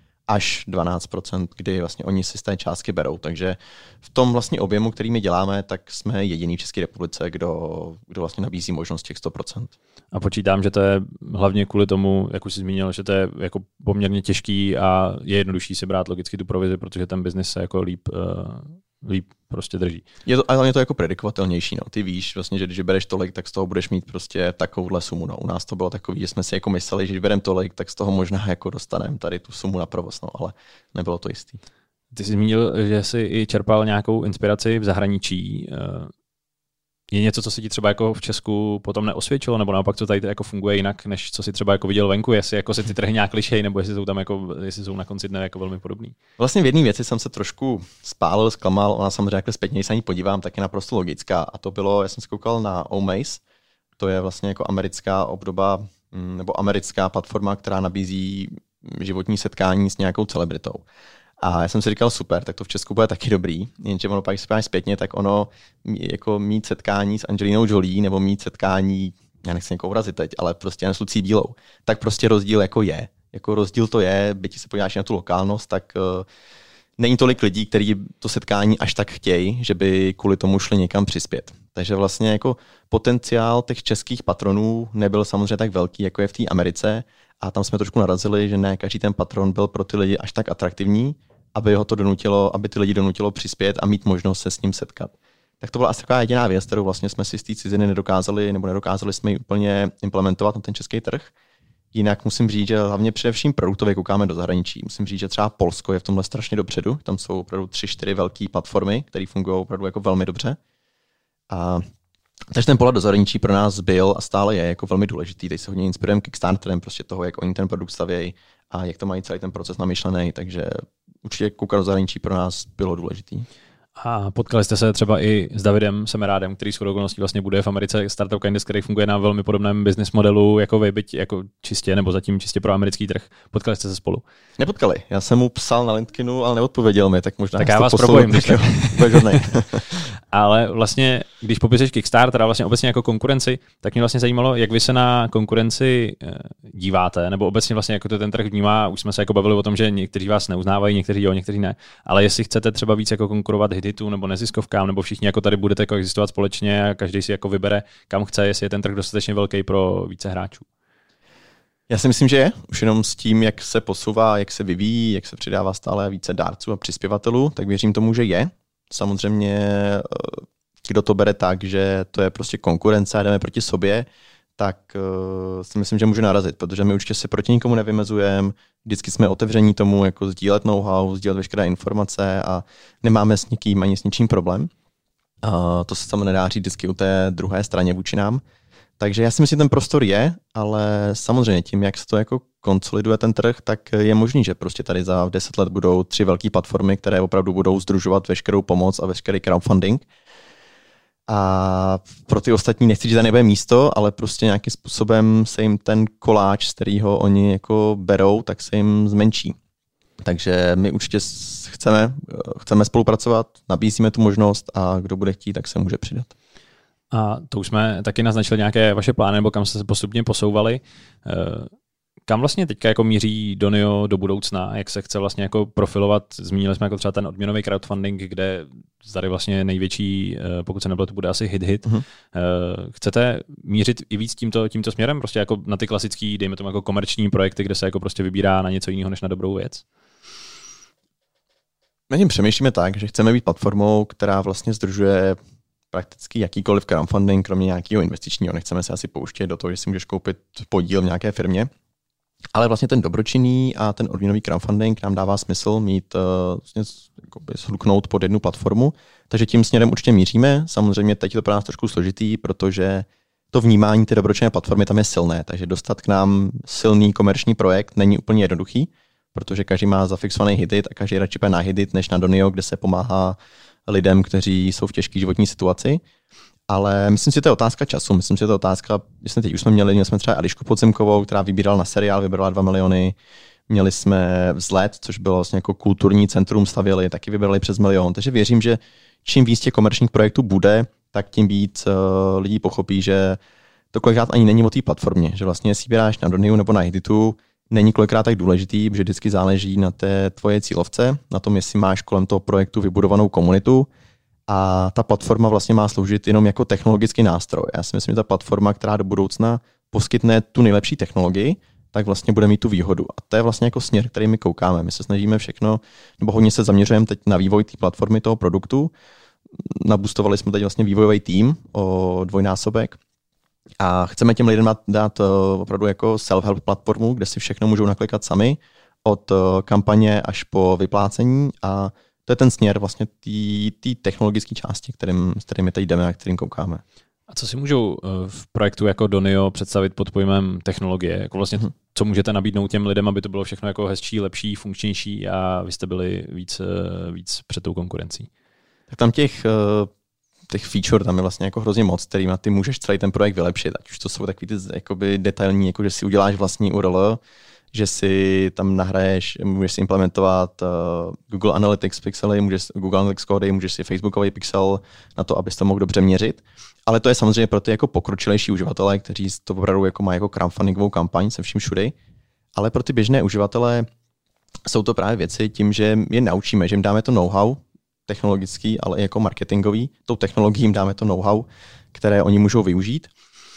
až dvanáct procent, kdy vlastně oni si z té částky berou. Takže v tom vlastně objemu, který my děláme, tak jsme jediný v České republice, kdo, kdo vlastně nabízí možnost těch sto procent. A počítám, že to je hlavně kvůli tomu, jak už jsi zmínil, že to je jako poměrně těžký a je jednodušší si brát logicky tu provizi, protože ten biznis se jako líp uh... líp prostě drží. Je to, ale je to jako predikovatelnější. No. Ty víš, vlastně, že když bereš tolik, tak z toho budeš mít prostě takovouhle sumu. No. U nás to bylo takový, že jsme si jako mysleli, že když bereme tolik, tak z toho možná jako dostaneme tady tu sumu na provoz, no, ale nebylo to jistý. Ty jsi zmínil, že jsi i čerpal nějakou inspiraci v zahraničí. Je něco, co se ti třeba jako v Česku potom neosvědčilo, nebo naopak, co tady jako funguje jinak, než co si třeba jako viděl venku, jestli jako se ty trhy nějak lišej, nebo jestli jsou tam jako, jestli jsou na konci dne jako velmi podobný. Vlastně v jedné věci jsem se trošku spálil, zklamal, ona samozřejmě jako zpětně, když se na ní podívám, tak je naprosto logická. A to bylo, já jsem se koukal na Omaze, to je vlastně jako americká obdoba, nebo americká platforma, která nabízí životní setkání s nějakou celebritou. A já jsem si říkal, super, tak to v Česku bude taky dobrý, jenže ono pak, když se zpětně, tak ono jako mít setkání s Angelinou Jolie nebo mít setkání, já nechci někoho urazit teď, ale prostě s Lucí Bílou, tak prostě rozdíl jako je. Jako rozdíl to je, byť se podíváš na tu lokálnost, tak uh, není tolik lidí, kteří to setkání až tak chtějí, že by kvůli tomu šli někam přispět. Takže vlastně jako potenciál těch českých patronů nebyl samozřejmě tak velký, jako je v té Americe, a tam jsme trošku narazili, že ne každý ten patron byl pro ty lidi až tak atraktivní, aby ho to donutilo, aby ty lidi donutilo přispět a mít možnost se s ním setkat. Tak to byla asi taková jediná věc, kterou vlastně jsme si z té ciziny nedokázali, nebo nedokázali jsme ji úplně implementovat na ten český trh. Jinak musím říct, že hlavně především produktově koukáme do zahraničí. Musím říct, že třeba Polsko je v tomhle strašně dopředu. Tam jsou opravdu tři, čtyři velké platformy, které fungují opravdu jako velmi dobře. A takže ten pohled do zahraničí pro nás byl a stále je jako velmi důležitý. Teď se hodně inspirujeme Kickstarterem, prostě toho, jak oni ten produkt stavějí a jak to mají celý ten proces namyšlený. Takže určitě koukat do zahraničí pro nás bylo důležitý. A potkali jste se třeba i s Davidem Semerádem, který shodou okolností vlastně bude v Americe Startup Kindness, který funguje na velmi podobném business modelu, jako vy, byť jako čistě nebo zatím čistě pro americký trh. Potkali jste se spolu? Nepotkali. Já jsem mu psal na LinkedInu, ale neodpověděl mi, tak možná. Tak já vás propojím. Ale vlastně, když popisuješ Kickstarter a vlastně obecně jako konkurenci, tak mě vlastně zajímalo, jak vy se na konkurenci díváte, nebo obecně vlastně jako to ten trh vnímá. Už jsme se jako bavili o tom, že někteří vás neuznávají, někteří jo, někteří ne. Ale jestli chcete třeba víc jako konkurovat Hititu nebo neziskovkám, nebo všichni jako tady budete jako existovat společně a každý si jako vybere, kam chce, jestli je ten trh dostatečně velký pro více hráčů. Já si myslím, že je. Už jenom s tím, jak se posouvá, jak se vyvíjí, jak se přidává stále více dárců a přispěvatelů, tak věřím tomu, že je. Samozřejmě, kdo to bere tak, že to je prostě konkurence a jdeme proti sobě, tak uh, si myslím, že může narazit, protože my určitě se proti nikomu nevymezujeme, vždycky jsme otevření tomu, jako sdílet know-how, sdílet veškeré informace a nemáme s nikým ani s ničím problém. Uh, to se samo nedá říct vždycky u té druhé straně vůči nám. Takže já si myslím, že ten prostor je, ale samozřejmě tím, jak se to jako konsoliduje ten trh, tak je možný, že prostě tady za deset let budou tři velké platformy, které opravdu budou sdružovat veškerou pomoc a veškerý crowdfunding. A pro ty ostatní nechci, že tady nebude místo, ale prostě nějakým způsobem se jim ten koláč, z kterého oni jako berou, tak se jim zmenší. Takže my určitě chceme, chceme spolupracovat, nabízíme tu možnost a kdo bude chtít, tak se může přidat. A to už jsme taky naznačili nějaké vaše plány, nebo kam jste se postupně posouvali. Kam vlastně teďka jako míří Donio do budoucna, jak se chce vlastně jako profilovat? Zmínili jsme jako třeba ten odměnový crowdfunding, kde tady vlastně největší, pokud se nebylo, to bude asi hit hit. Uh-huh. Chcete mířit i víc tímto, tímto směrem? Prostě jako na ty klasický, dejme tomu jako komerční projekty, kde se jako prostě vybírá na něco jiného než na dobrou věc? My tím přemýšlíme tak, že chceme být platformou, která vlastně sdružuje prakticky jakýkoliv crowdfunding, kromě nějakého investičního. Nechceme se asi pouštět do toho, že si můžeš koupit podíl v nějaké firmě. Ale vlastně ten dobročinný a ten odměnový crowdfunding nám dává smysl mít, uh, vlastně, jakoby shluknout pod jednu platformu. Takže tím směrem určitě míříme. Samozřejmě teď je to pro nás trošku složitý, protože to vnímání té dobročinné platformy tam je silné. Takže dostat k nám silný komerční projekt není úplně jednoduchý, protože každý má zafixovaný hitit a každý radši na hitit než na Donio, kde se pomáhá lidem, kteří jsou v těžké životní situaci. Ale myslím si, že to je otázka času. Myslím si, že to je otázka, jsme teď už jsme měli, měli jsme třeba Elišku Podzemkovou, která vybírala na seriál, vybrala dva miliony. Měli jsme Vzlet, což bylo vlastně jako kulturní centrum stavěli, taky vybrali přes milion. Takže věřím, že čím víc těch komerčních projektů bude, tak tím víc uh, lidí pochopí, že to kolikrát ani není o té platformě. Že vlastně jestli bíráš na Doniu nebo na Hititu, není kolikrát tak důležitý, že vždycky záleží na té tvoje cílovce, na tom, jestli máš kolem toho projektu vybudovanou komunitu. A ta platforma vlastně má sloužit jenom jako technologický nástroj. Já si myslím, že ta platforma, která do budoucna poskytne tu nejlepší technologii, tak vlastně bude mít tu výhodu. A to je vlastně jako směr, který my koukáme. My se snažíme všechno, nebo hodně se zaměřujeme teď na vývoj té platformy, toho produktu. Naboostovali jsme teď vlastně vývojový tým o dvojnásobek a chceme těm lidem dát opravdu jako self-help platformu, kde si všechno můžou naklikat sami, od kampaně až po vyplácení, a to je ten směr vlastně té technologické části, kterým, s kterými teď jdeme a kterým koukáme. A co si můžou v projektu jako Donio představit pod pojmem technologie? Jako vlastně, hmm. co můžete nabídnout těm lidem, aby to bylo všechno jako hezčí, lepší, funkčnější a vy jste byli víc, víc před tou konkurencí? Tak tam těch, těch feature tam je vlastně jako hrozně moc, kterýma ty můžeš celý ten projekt vylepšit. Ať už to jsou takový ty jakoby detailní, jako že si uděláš vlastní U R L, že si tam nahraješ, můžeš si implementovat uh, Google Analytics pixely, můžeš, Google Analytics kódy, můžeš si Facebookový pixel na to, abys to mohl dobře měřit. Ale to je samozřejmě pro ty jako pokročilejší uživatelé, kteří to opravdu jako mají jako crowdfundingovou kampaň se vším všudy. Ale pro ty běžné uživatele jsou to právě věci tím, že je naučíme, že jim dáme to know-how technologický, ale i jako marketingový. Tou technologií jim dáme to know-how, které oni můžou využít.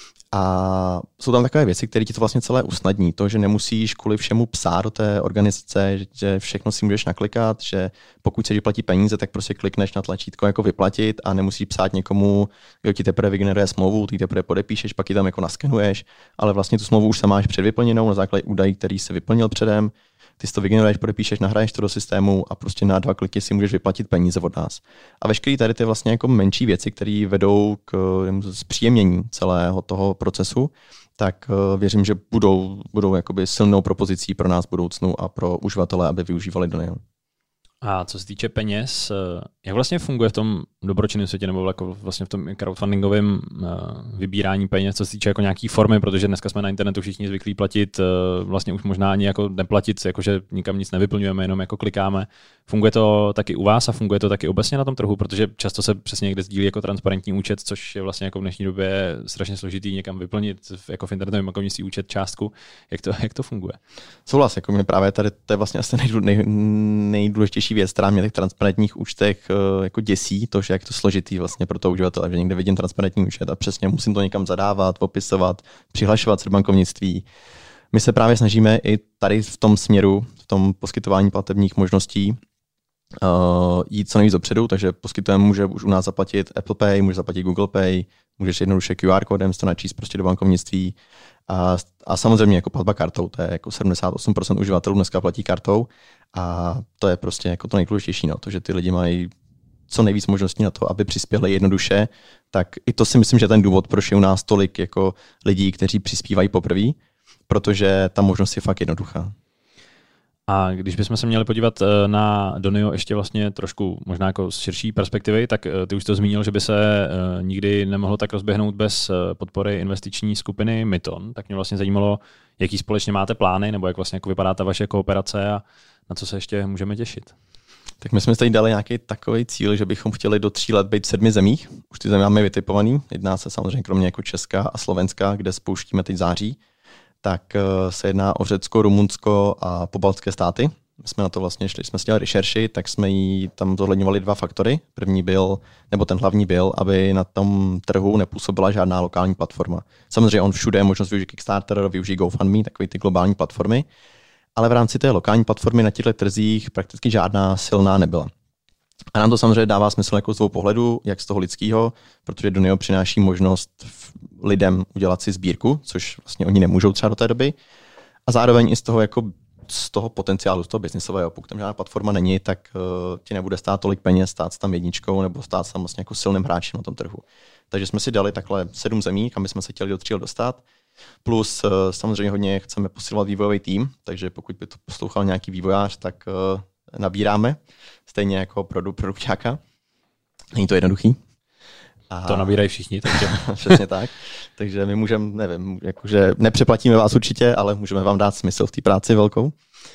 A jsou tam takové věci, které ti to vlastně celé usnadní. To, že nemusíš kvůli všemu psát do té organizace, že všechno si můžeš naklikat, že pokud chceš vyplatit peníze, tak prostě klikneš na tlačítko jako vyplatit a nemusíš psát někomu, kdo ti teprve vygeneruje smlouvu, ty teprve podepíšeš, pak ji tam jako naskenuješ, ale vlastně tu smlouvu už se máš předvyplněnou na základě údají, který se vyplnil předem. Ty si to vygeneruješ, podepíšeš, nahraješ to do systému a prostě na dva kliky si můžeš vyplatit peníze od nás. A veškeré tady ty vlastně jako menší věci, které vedou k zpříjemnění celého toho procesu, tak věřím, že budou, budou jakoby silnou propozicí pro nás v budoucnu a pro uživatele, aby využívali Donio. A co se týče peněz, jak vlastně funguje v tom dobročinném světě nebo jako vlastně v tom crowdfundingovém vybírání peněz, co se týče jako nějaký formy, protože dneska jsme na internetu všichni zvyklí platit, vlastně už možná ani jako neplatit, jakože nikam nic nevyplňujeme, jenom jako klikáme. Funguje to taky u vás a funguje to taky obecně na tom trhu, protože často se přesně někde sdílí jako transparentní účet, což je vlastně jako v dnešní době strašně složitý někam vyplnit jako v internetovém bankovnictví účet částku. Jak to, jak to funguje? Souhlas, jako mě právě tady to je vlastně asi nejdů, nej, nejdůležitější věc, která mě těch transparentních účtech jako děsí, to, že jak to složitý vlastně pro toho uživatele, že někde vidím transparentní účet a přesně musím to někam zadávat, popisovat, přihlašovat se do bankovnictví. My se právě snažíme i tady v tom směru, v tom poskytování platebních možností uh, jít co nejvíc dopředu, takže poskytujeme, může už u nás zaplatit Apple Pay, může zaplatit Google Pay, můžeš jednoduše Q R kódem to načíst prostě do bankovnictví a, a samozřejmě jako platba kartou, to je jako sedmdesát osm procent uživatelů dneska platí kartou a to je prostě jako to nejdůležitější, no, to, že ty lidi mají co nejvíc možností na to, aby přispěli jednoduše, tak i to si myslím, že ten důvod, proč je u nás tolik jako lidí, kteří přispívají poprvé, protože ta možnost je fakt jednoduchá. A když bychom se měli podívat na Donio ještě vlastně trošku možná jako z širší perspektivy, tak ty už to zmínil, že by se nikdy nemohlo tak rozběhnout bez podpory investiční skupiny Myton. Tak mě vlastně zajímalo, jaký společně máte plány, nebo jak vlastně jako vypadá ta vaše kooperace a na co se ještě můžeme těšit. Tak my jsme tady dali nějaký takový cíl, že bychom chtěli do tří let být v sedmi zemích. Už ty země máme vytipovaný. Jedná se samozřejmě kromě jako Česka a Slovenska, kde spouštíme teď září. Tak se jedná o Řecko, Rumunsko a pobaltské státy. My jsme na to vlastně šli, jsme si dělali rešerši, tak jsme jí tam zohledňovali dva faktory. První byl, nebo ten hlavní byl, aby na tom trhu nepůsobila žádná lokální platforma. Samozřejmě on všude je možnost využít Kickstarter, využít GoFundMe, takové ty globální platformy, ale v rámci té lokální platformy na těchto trzích prakticky žádná silná nebyla. A nám to samozřejmě dává smysl jako z dvou pohledů, jak z toho lidského, protože Donio přináší možnost lidem udělat si sbírku, což vlastně oni nemůžou třeba do té doby. A zároveň i z toho, jako z toho potenciálu, z toho biznisového, pokud tam žádná platforma není, tak uh, ti nebude stát tolik peněz, stát tam jedničkou nebo stát tam vlastně jako silným hráčem na tom trhu. Takže jsme si dali takhle sedm zemí, kam jsme se chtěli do tří let dostat. Plus uh, samozřejmě hodně chceme posilovat vývojový tým, takže pokud by to poslouchal nějaký vývojář, tak uh, nabíráme, stejně jako produ, produkťáka. Není to jednoduchý. A... To nabírají všichni. Takže... Přesně tak. Takže my můžeme, nevím, jakože nepřeplatíme vás určitě, ale můžeme vám dát smysl v té práci velkou.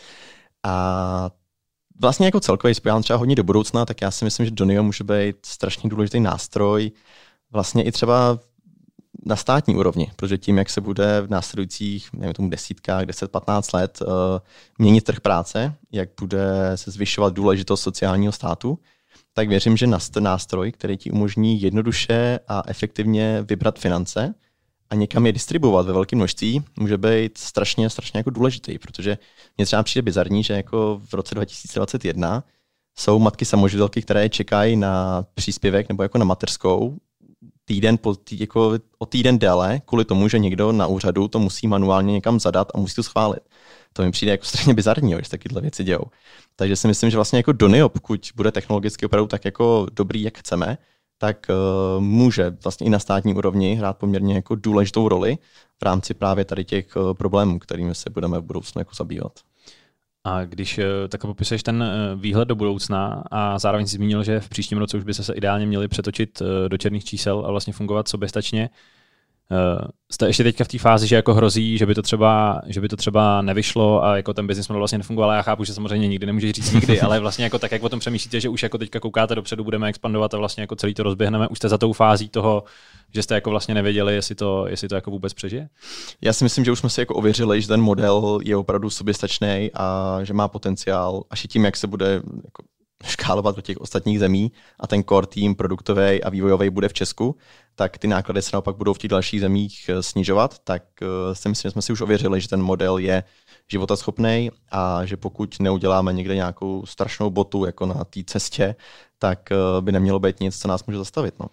A vlastně jako celkový spojám třeba hodně do budoucna, tak já si myslím, že Donio může být strašně důležitý nástroj vlastně i třeba na státní úrovni, protože tím, jak se bude v následujících, nevím tomu desítkách, deset patnáct let uh, měnit trh práce, jak bude se zvyšovat důležitost sociálního státu, tak věřím, že nástroj, který ti umožní jednoduše a efektivně vybrat finance a někam je distribuovat ve velkém množství, může být strašně, strašně jako důležitý, protože mně třeba přijde bizarní, že jako v roce dva tisíce dvacet jedna jsou matky samoživitelky, které čekají na příspěvek nebo jako na mateřskou týden po tý, jako o týden déle, kvůli tomu, že někdo na úřadu to musí manuálně někam zadat a musí to schválit. To mi přijde jako strašně bizarní, že takovéhle věci dějou. Takže si myslím, že vlastně jako Donio, pokud bude technologicky opravdu tak jako dobrý, jak chceme, tak uh, může vlastně i na státní úrovni hrát poměrně jako důležitou roli v rámci právě tady těch uh, problémů, kterými se budeme v budoucnu jako zabývat. A když tak popisuješ ten výhled do budoucna a zároveň si zmínil, že v příštím roce už by se ideálně měli přetočit do černých čísel a vlastně fungovat soběstačně, jste ještě teďka v té fázi, že jako hrozí, že by to třeba, že by to třeba nevyšlo a jako ten business model vlastně nefungoval. Já chápu, že samozřejmě nikdy nemůžeš říct nikdy, ale vlastně jako tak, jak o tom přemýšlíte, že už jako teďka koukáte dopředu, budeme expandovat a vlastně jako celý to rozběhneme. Už jste za tou fází toho, že jste jako vlastně nevěděli, jestli to, jestli to jako vůbec přežije? Já si myslím, že už jsme si jako ověřili, že ten model je opravdu soběstačný a že má potenciál, až i tím, jak se bude jako škálovat do těch ostatních zemí a ten core tým produktový a vývojový bude v Česku, tak ty náklady se naopak budou v těch dalších zemích snižovat, tak si myslím, že jsme si už ověřili, že ten model je životaschopný a že pokud neuděláme někde nějakou strašnou botu jako na té cestě, tak by nemělo být nic, co nás může zastavit. No.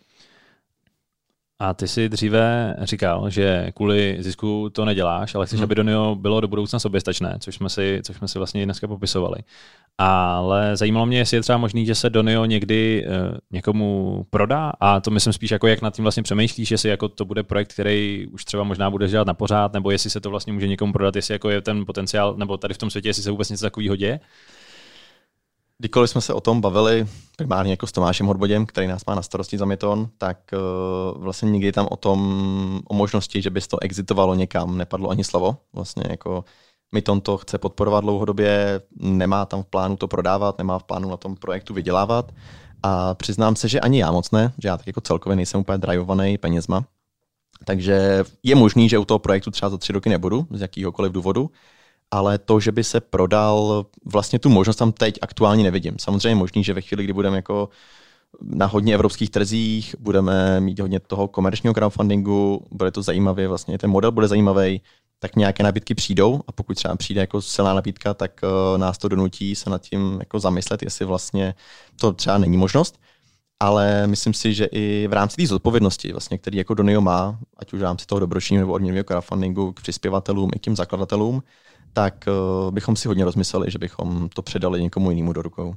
A ty jsi dříve říkal, že kvůli zisku to neděláš, ale chceš, hmm. aby Donio bylo do budoucna soběstačné, což jsme si, což jsme si vlastně dneska popisovali. Ale zajímalo mě, jestli je třeba možný, že se Donio někdy uh, někomu prodá, a to myslím spíš jako jak nad tím vlastně přemýšlíš, jestli jako to bude projekt, který už třeba možná bude dělat na pořád, nebo jestli se to vlastně může někomu prodat, jestli jako je ten potenciál, nebo tady v tom světě, jestli se vůbec něco takového děje. Kdykoliv jsme se o tom bavili, primárně jako s Tomášem Hodbodem, který nás má na starosti za Myton, tak uh, vlastně nikdy tam o tom, o možnosti, že by to exitovalo někam, nepadlo ani slovo. Vlastně jako Myton to chce podporovat dlouhodobě, nemá tam v plánu to prodávat, nemá v plánu na tom projektu vydělávat. A přiznám se, že ani já moc ne, že já tak jako celkově nejsem úplně drivovaný penězma. Takže je možný, že u toho projektu třeba za tři roky nebudu, z jakýhokoliv důvodu, ale to, že by se prodal, vlastně tu možnost tam teď aktuálně nevidím. Samozřejmě je možný, že ve chvíli, kdy budeme jako na hodně evropských trzích, budeme mít hodně toho komerčního crowdfundingu, bude to zajímavě, vlastně ten model bude zajímavý, tak nějaké nabídky přijdou a pokud třeba přijde jako silná nabídka, tak uh, nás to donutí se nad tím jako zamyslet, jestli vlastně to třeba není možnost. Ale myslím si, že i v rámci té zodpovědnosti, vlastně, který jako Donio má, ať už v rámci toho dobročního nebo odměnového crowdfundingu k přispěvatelům i k těm zakladatelům, tak uh, bychom si hodně rozmysleli, že bychom to předali někomu jinému do rukou.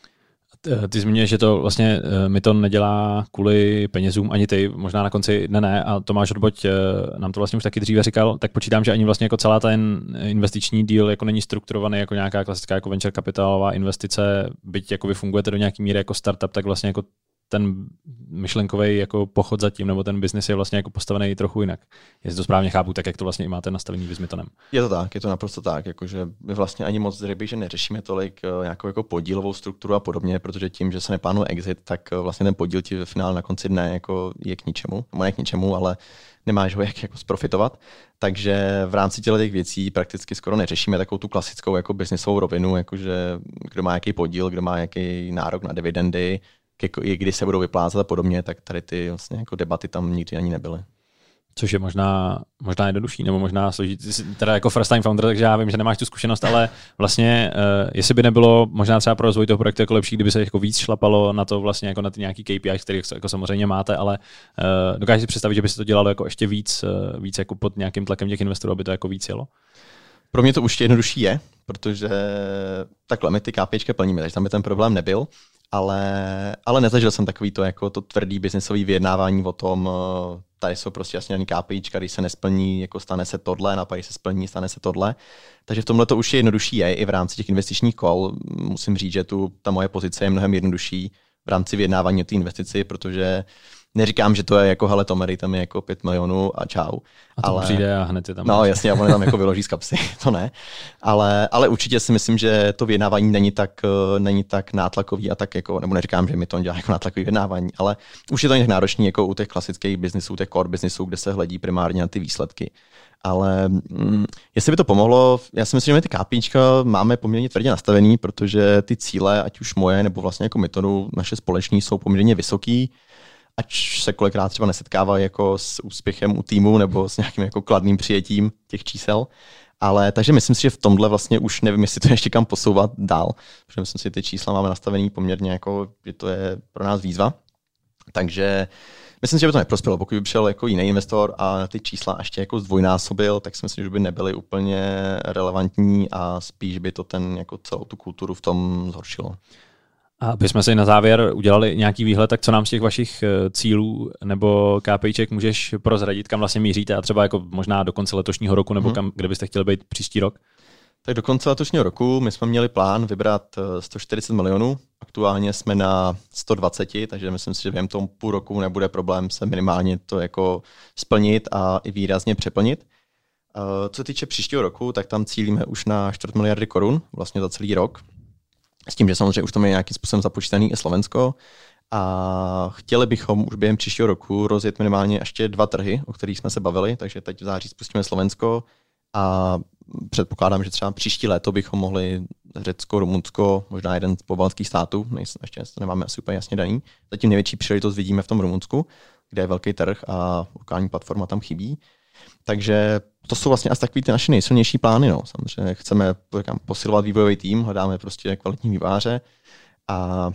Ty zmíníš, že to vlastně Myton nedělá kvůli penězům, ani ty, možná na konci dne ne, a Tomáš Odboď nám to vlastně už taky dříve říkal, tak počítám, že ani vlastně jako celá ten investiční deal jako není strukturovaný jako nějaká klasická jako venture kapitálová investice, byť jako vy fungujete do nějaký míry jako startup, tak vlastně jako ten myšlenkový jako pochod zatím, nebo ten biznis je vlastně jako postavený trochu jinak. Jestli to správně chápu, tak jak to vlastně i máte nastavený vy s Mytonem. Je to tak, je to naprosto tak, jakože my vlastně ani moc řekl bych, že neřešíme tolik nějakou jako podílovou strukturu a podobně, protože tím, že se neplánuje exit, tak vlastně ten podíl ti ve finále na konci dne jako je k ničemu, nebo ne k ničemu, ale nemáš ho jak jako zprofitovat. Takže v rámci těch věcí prakticky skoro neřešíme takovou tu klasickou jako biznisovou rovinu, jakože kdo má jaký podíl, kdo má jaký nárok na dividendy, i kdy se budou vyplácet a podobně, tak tady ty vlastně jako debaty tam nikdy ani nebyly. Což je možná, možná jednodušší, nebo možná složitý. Teda jako first time founder, takže já vím, že nemáš tu zkušenost, ale vlastně, uh, jestli by nebylo možná třeba pro rozvoj toho projektu jako lepší, kdyby se jako víc šlapalo na to vlastně jako na ty nějaký K P I, které jako samozřejmě máte, ale uh, dokážeš si představit, že by se to dělalo jako ještě víc, uh, víc jako pod nějakým tlakem těch investorů, aby to jako víc jelo? Pro mě to určitě jednodušší je, protože takhle my ty KPIčka plníme, takže tam by ten problém nebyl. Ale, ale nezažil jsem takový to, jako to tvrdý biznisový vyjednávání o tom, tady jsou prostě jasně daný KPIčka, když se nesplní, jako stane se tohle, napadí když se splní, stane se tohle. Takže v tomhle to už je jednodušší je, i v rámci těch investičních kol. Musím říct, že tu ta moje pozice je mnohem jednodušší v rámci vyjednávání o té investici, protože neříkám, že to je jako, hele, Tomery, tam je jako pět milionů a čau. A to ale přijde a hned je tam. No jasně, a on tam jako vyloží z kapsy, to ne. Ale, ale určitě si myslím, že to vyjednávání není tak, není tak nátlakový a tak jako, nebo neříkám, že mi to dělá jako nátlakový vyjednávání, ale už je to nějak náročný jako u těch klasických biznisů, těch core biznisů, kde se hledí primárně na ty výsledky. Ale mm, jestli by to pomohlo, já si myslím, že my ty KPIčka máme poměrně tvrdě nastavený, protože ty cíle, ať už moje, nebo vlastně jako Mytonu, naše společní, jsou poměrně vysoký. Ať se kolikrát třeba nesetkávají jako s úspěchem u týmu nebo s nějakým jako kladným přijetím těch čísel. Ale takže myslím si, že v tomhle vlastně už nevím, jestli to ještě kam posouvat dál, protože myslím si, že ty čísla máme nastavený poměrně jako, že to je pro nás výzva. Takže myslím si, že by to neprospělo. Pokud by přišel jako jiný investor a ty čísla ještě jako zdvojnásobil, tak si myslím, že by nebyly úplně relevantní a spíš by to ten jako celou tu kulturu v tom zhoršilo. A abychom si na závěr udělali nějaký výhled, tak co nám z těch vašich cílů nebo KPIček můžeš prozradit, kam vlastně míříte a třeba jako možná do konce letošního roku nebo kam, kde byste chtěli být příští rok? Tak do konce letošního roku my jsme měli plán vybrat sto čtyřicet milionů, aktuálně jsme na sto dvacet, takže myslím si, že během tomu půl roku nebude problém se minimálně to jako splnit a i výrazně přeplnit. Co se týče příštího roku, tak tam cílíme už na čtvrt miliardy korun vlastně za celý rok. S tím, že samozřejmě už tam je nějakým způsobem započítaný i Slovensko a chtěli bychom už během příštího roku rozjet minimálně ještě dva trhy, o kterých jsme se bavili, takže teď v září spustíme Slovensko a předpokládám, že třeba příští léto bychom mohli Řecko, Rumunsko, možná jeden z pobaltských států, ještě nemáme asi úplně jasně daný. Zatím největší příležitost vidíme v tom Rumunsku, kde je velký trh a lokální platforma tam chybí. Takže to jsou vlastně asi takový ty naše nejsilnější plány. No. Samozřejmě chceme říkám, posilovat vývojový tým, hledáme prostě kvalitní vývojáře a,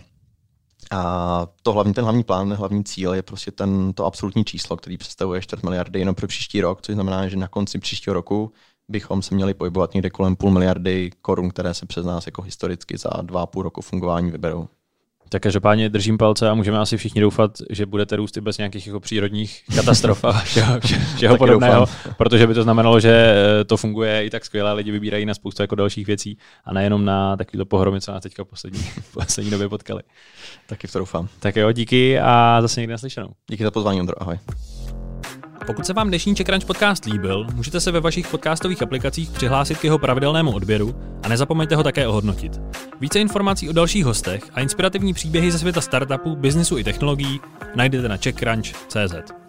a to hlavní, ten hlavní plán, hlavní cíl je prostě ten, to absolutní číslo, který představuje čtvrt miliardy jenom pro příští rok, což znamená, že na konci příštího roku bychom se měli pohybovat někde kolem půl miliardy korun, které se přes nás jako historicky za dva a půl roku fungování vyberou. Tak každopádně držím palce a můžeme asi všichni doufat, že budete růst i bez nějakých jako přírodních katastrof a všeho, všeho podobného, protože by to znamenalo, že to funguje i tak skvěle, lidi vybírají na spoustu jako dalších věcí a nejenom na takovýto pohromy, co nás teďka v poslední, v poslední době potkali. Taky v to doufám. Tak jo, díky a zase někdy naslyšenou. Díky za pozvání, Ondro, ahoj. Pokud se vám dnešní CzechCrunch podcast líbil, můžete se ve vašich podcastových aplikacích přihlásit k jeho pravidelnému odběru a nezapomeňte ho také ohodnotit. Více informací o dalších hostech a inspirativní příběhy ze světa startupů, biznesu i technologií najdete na czechcrunch tečka cz.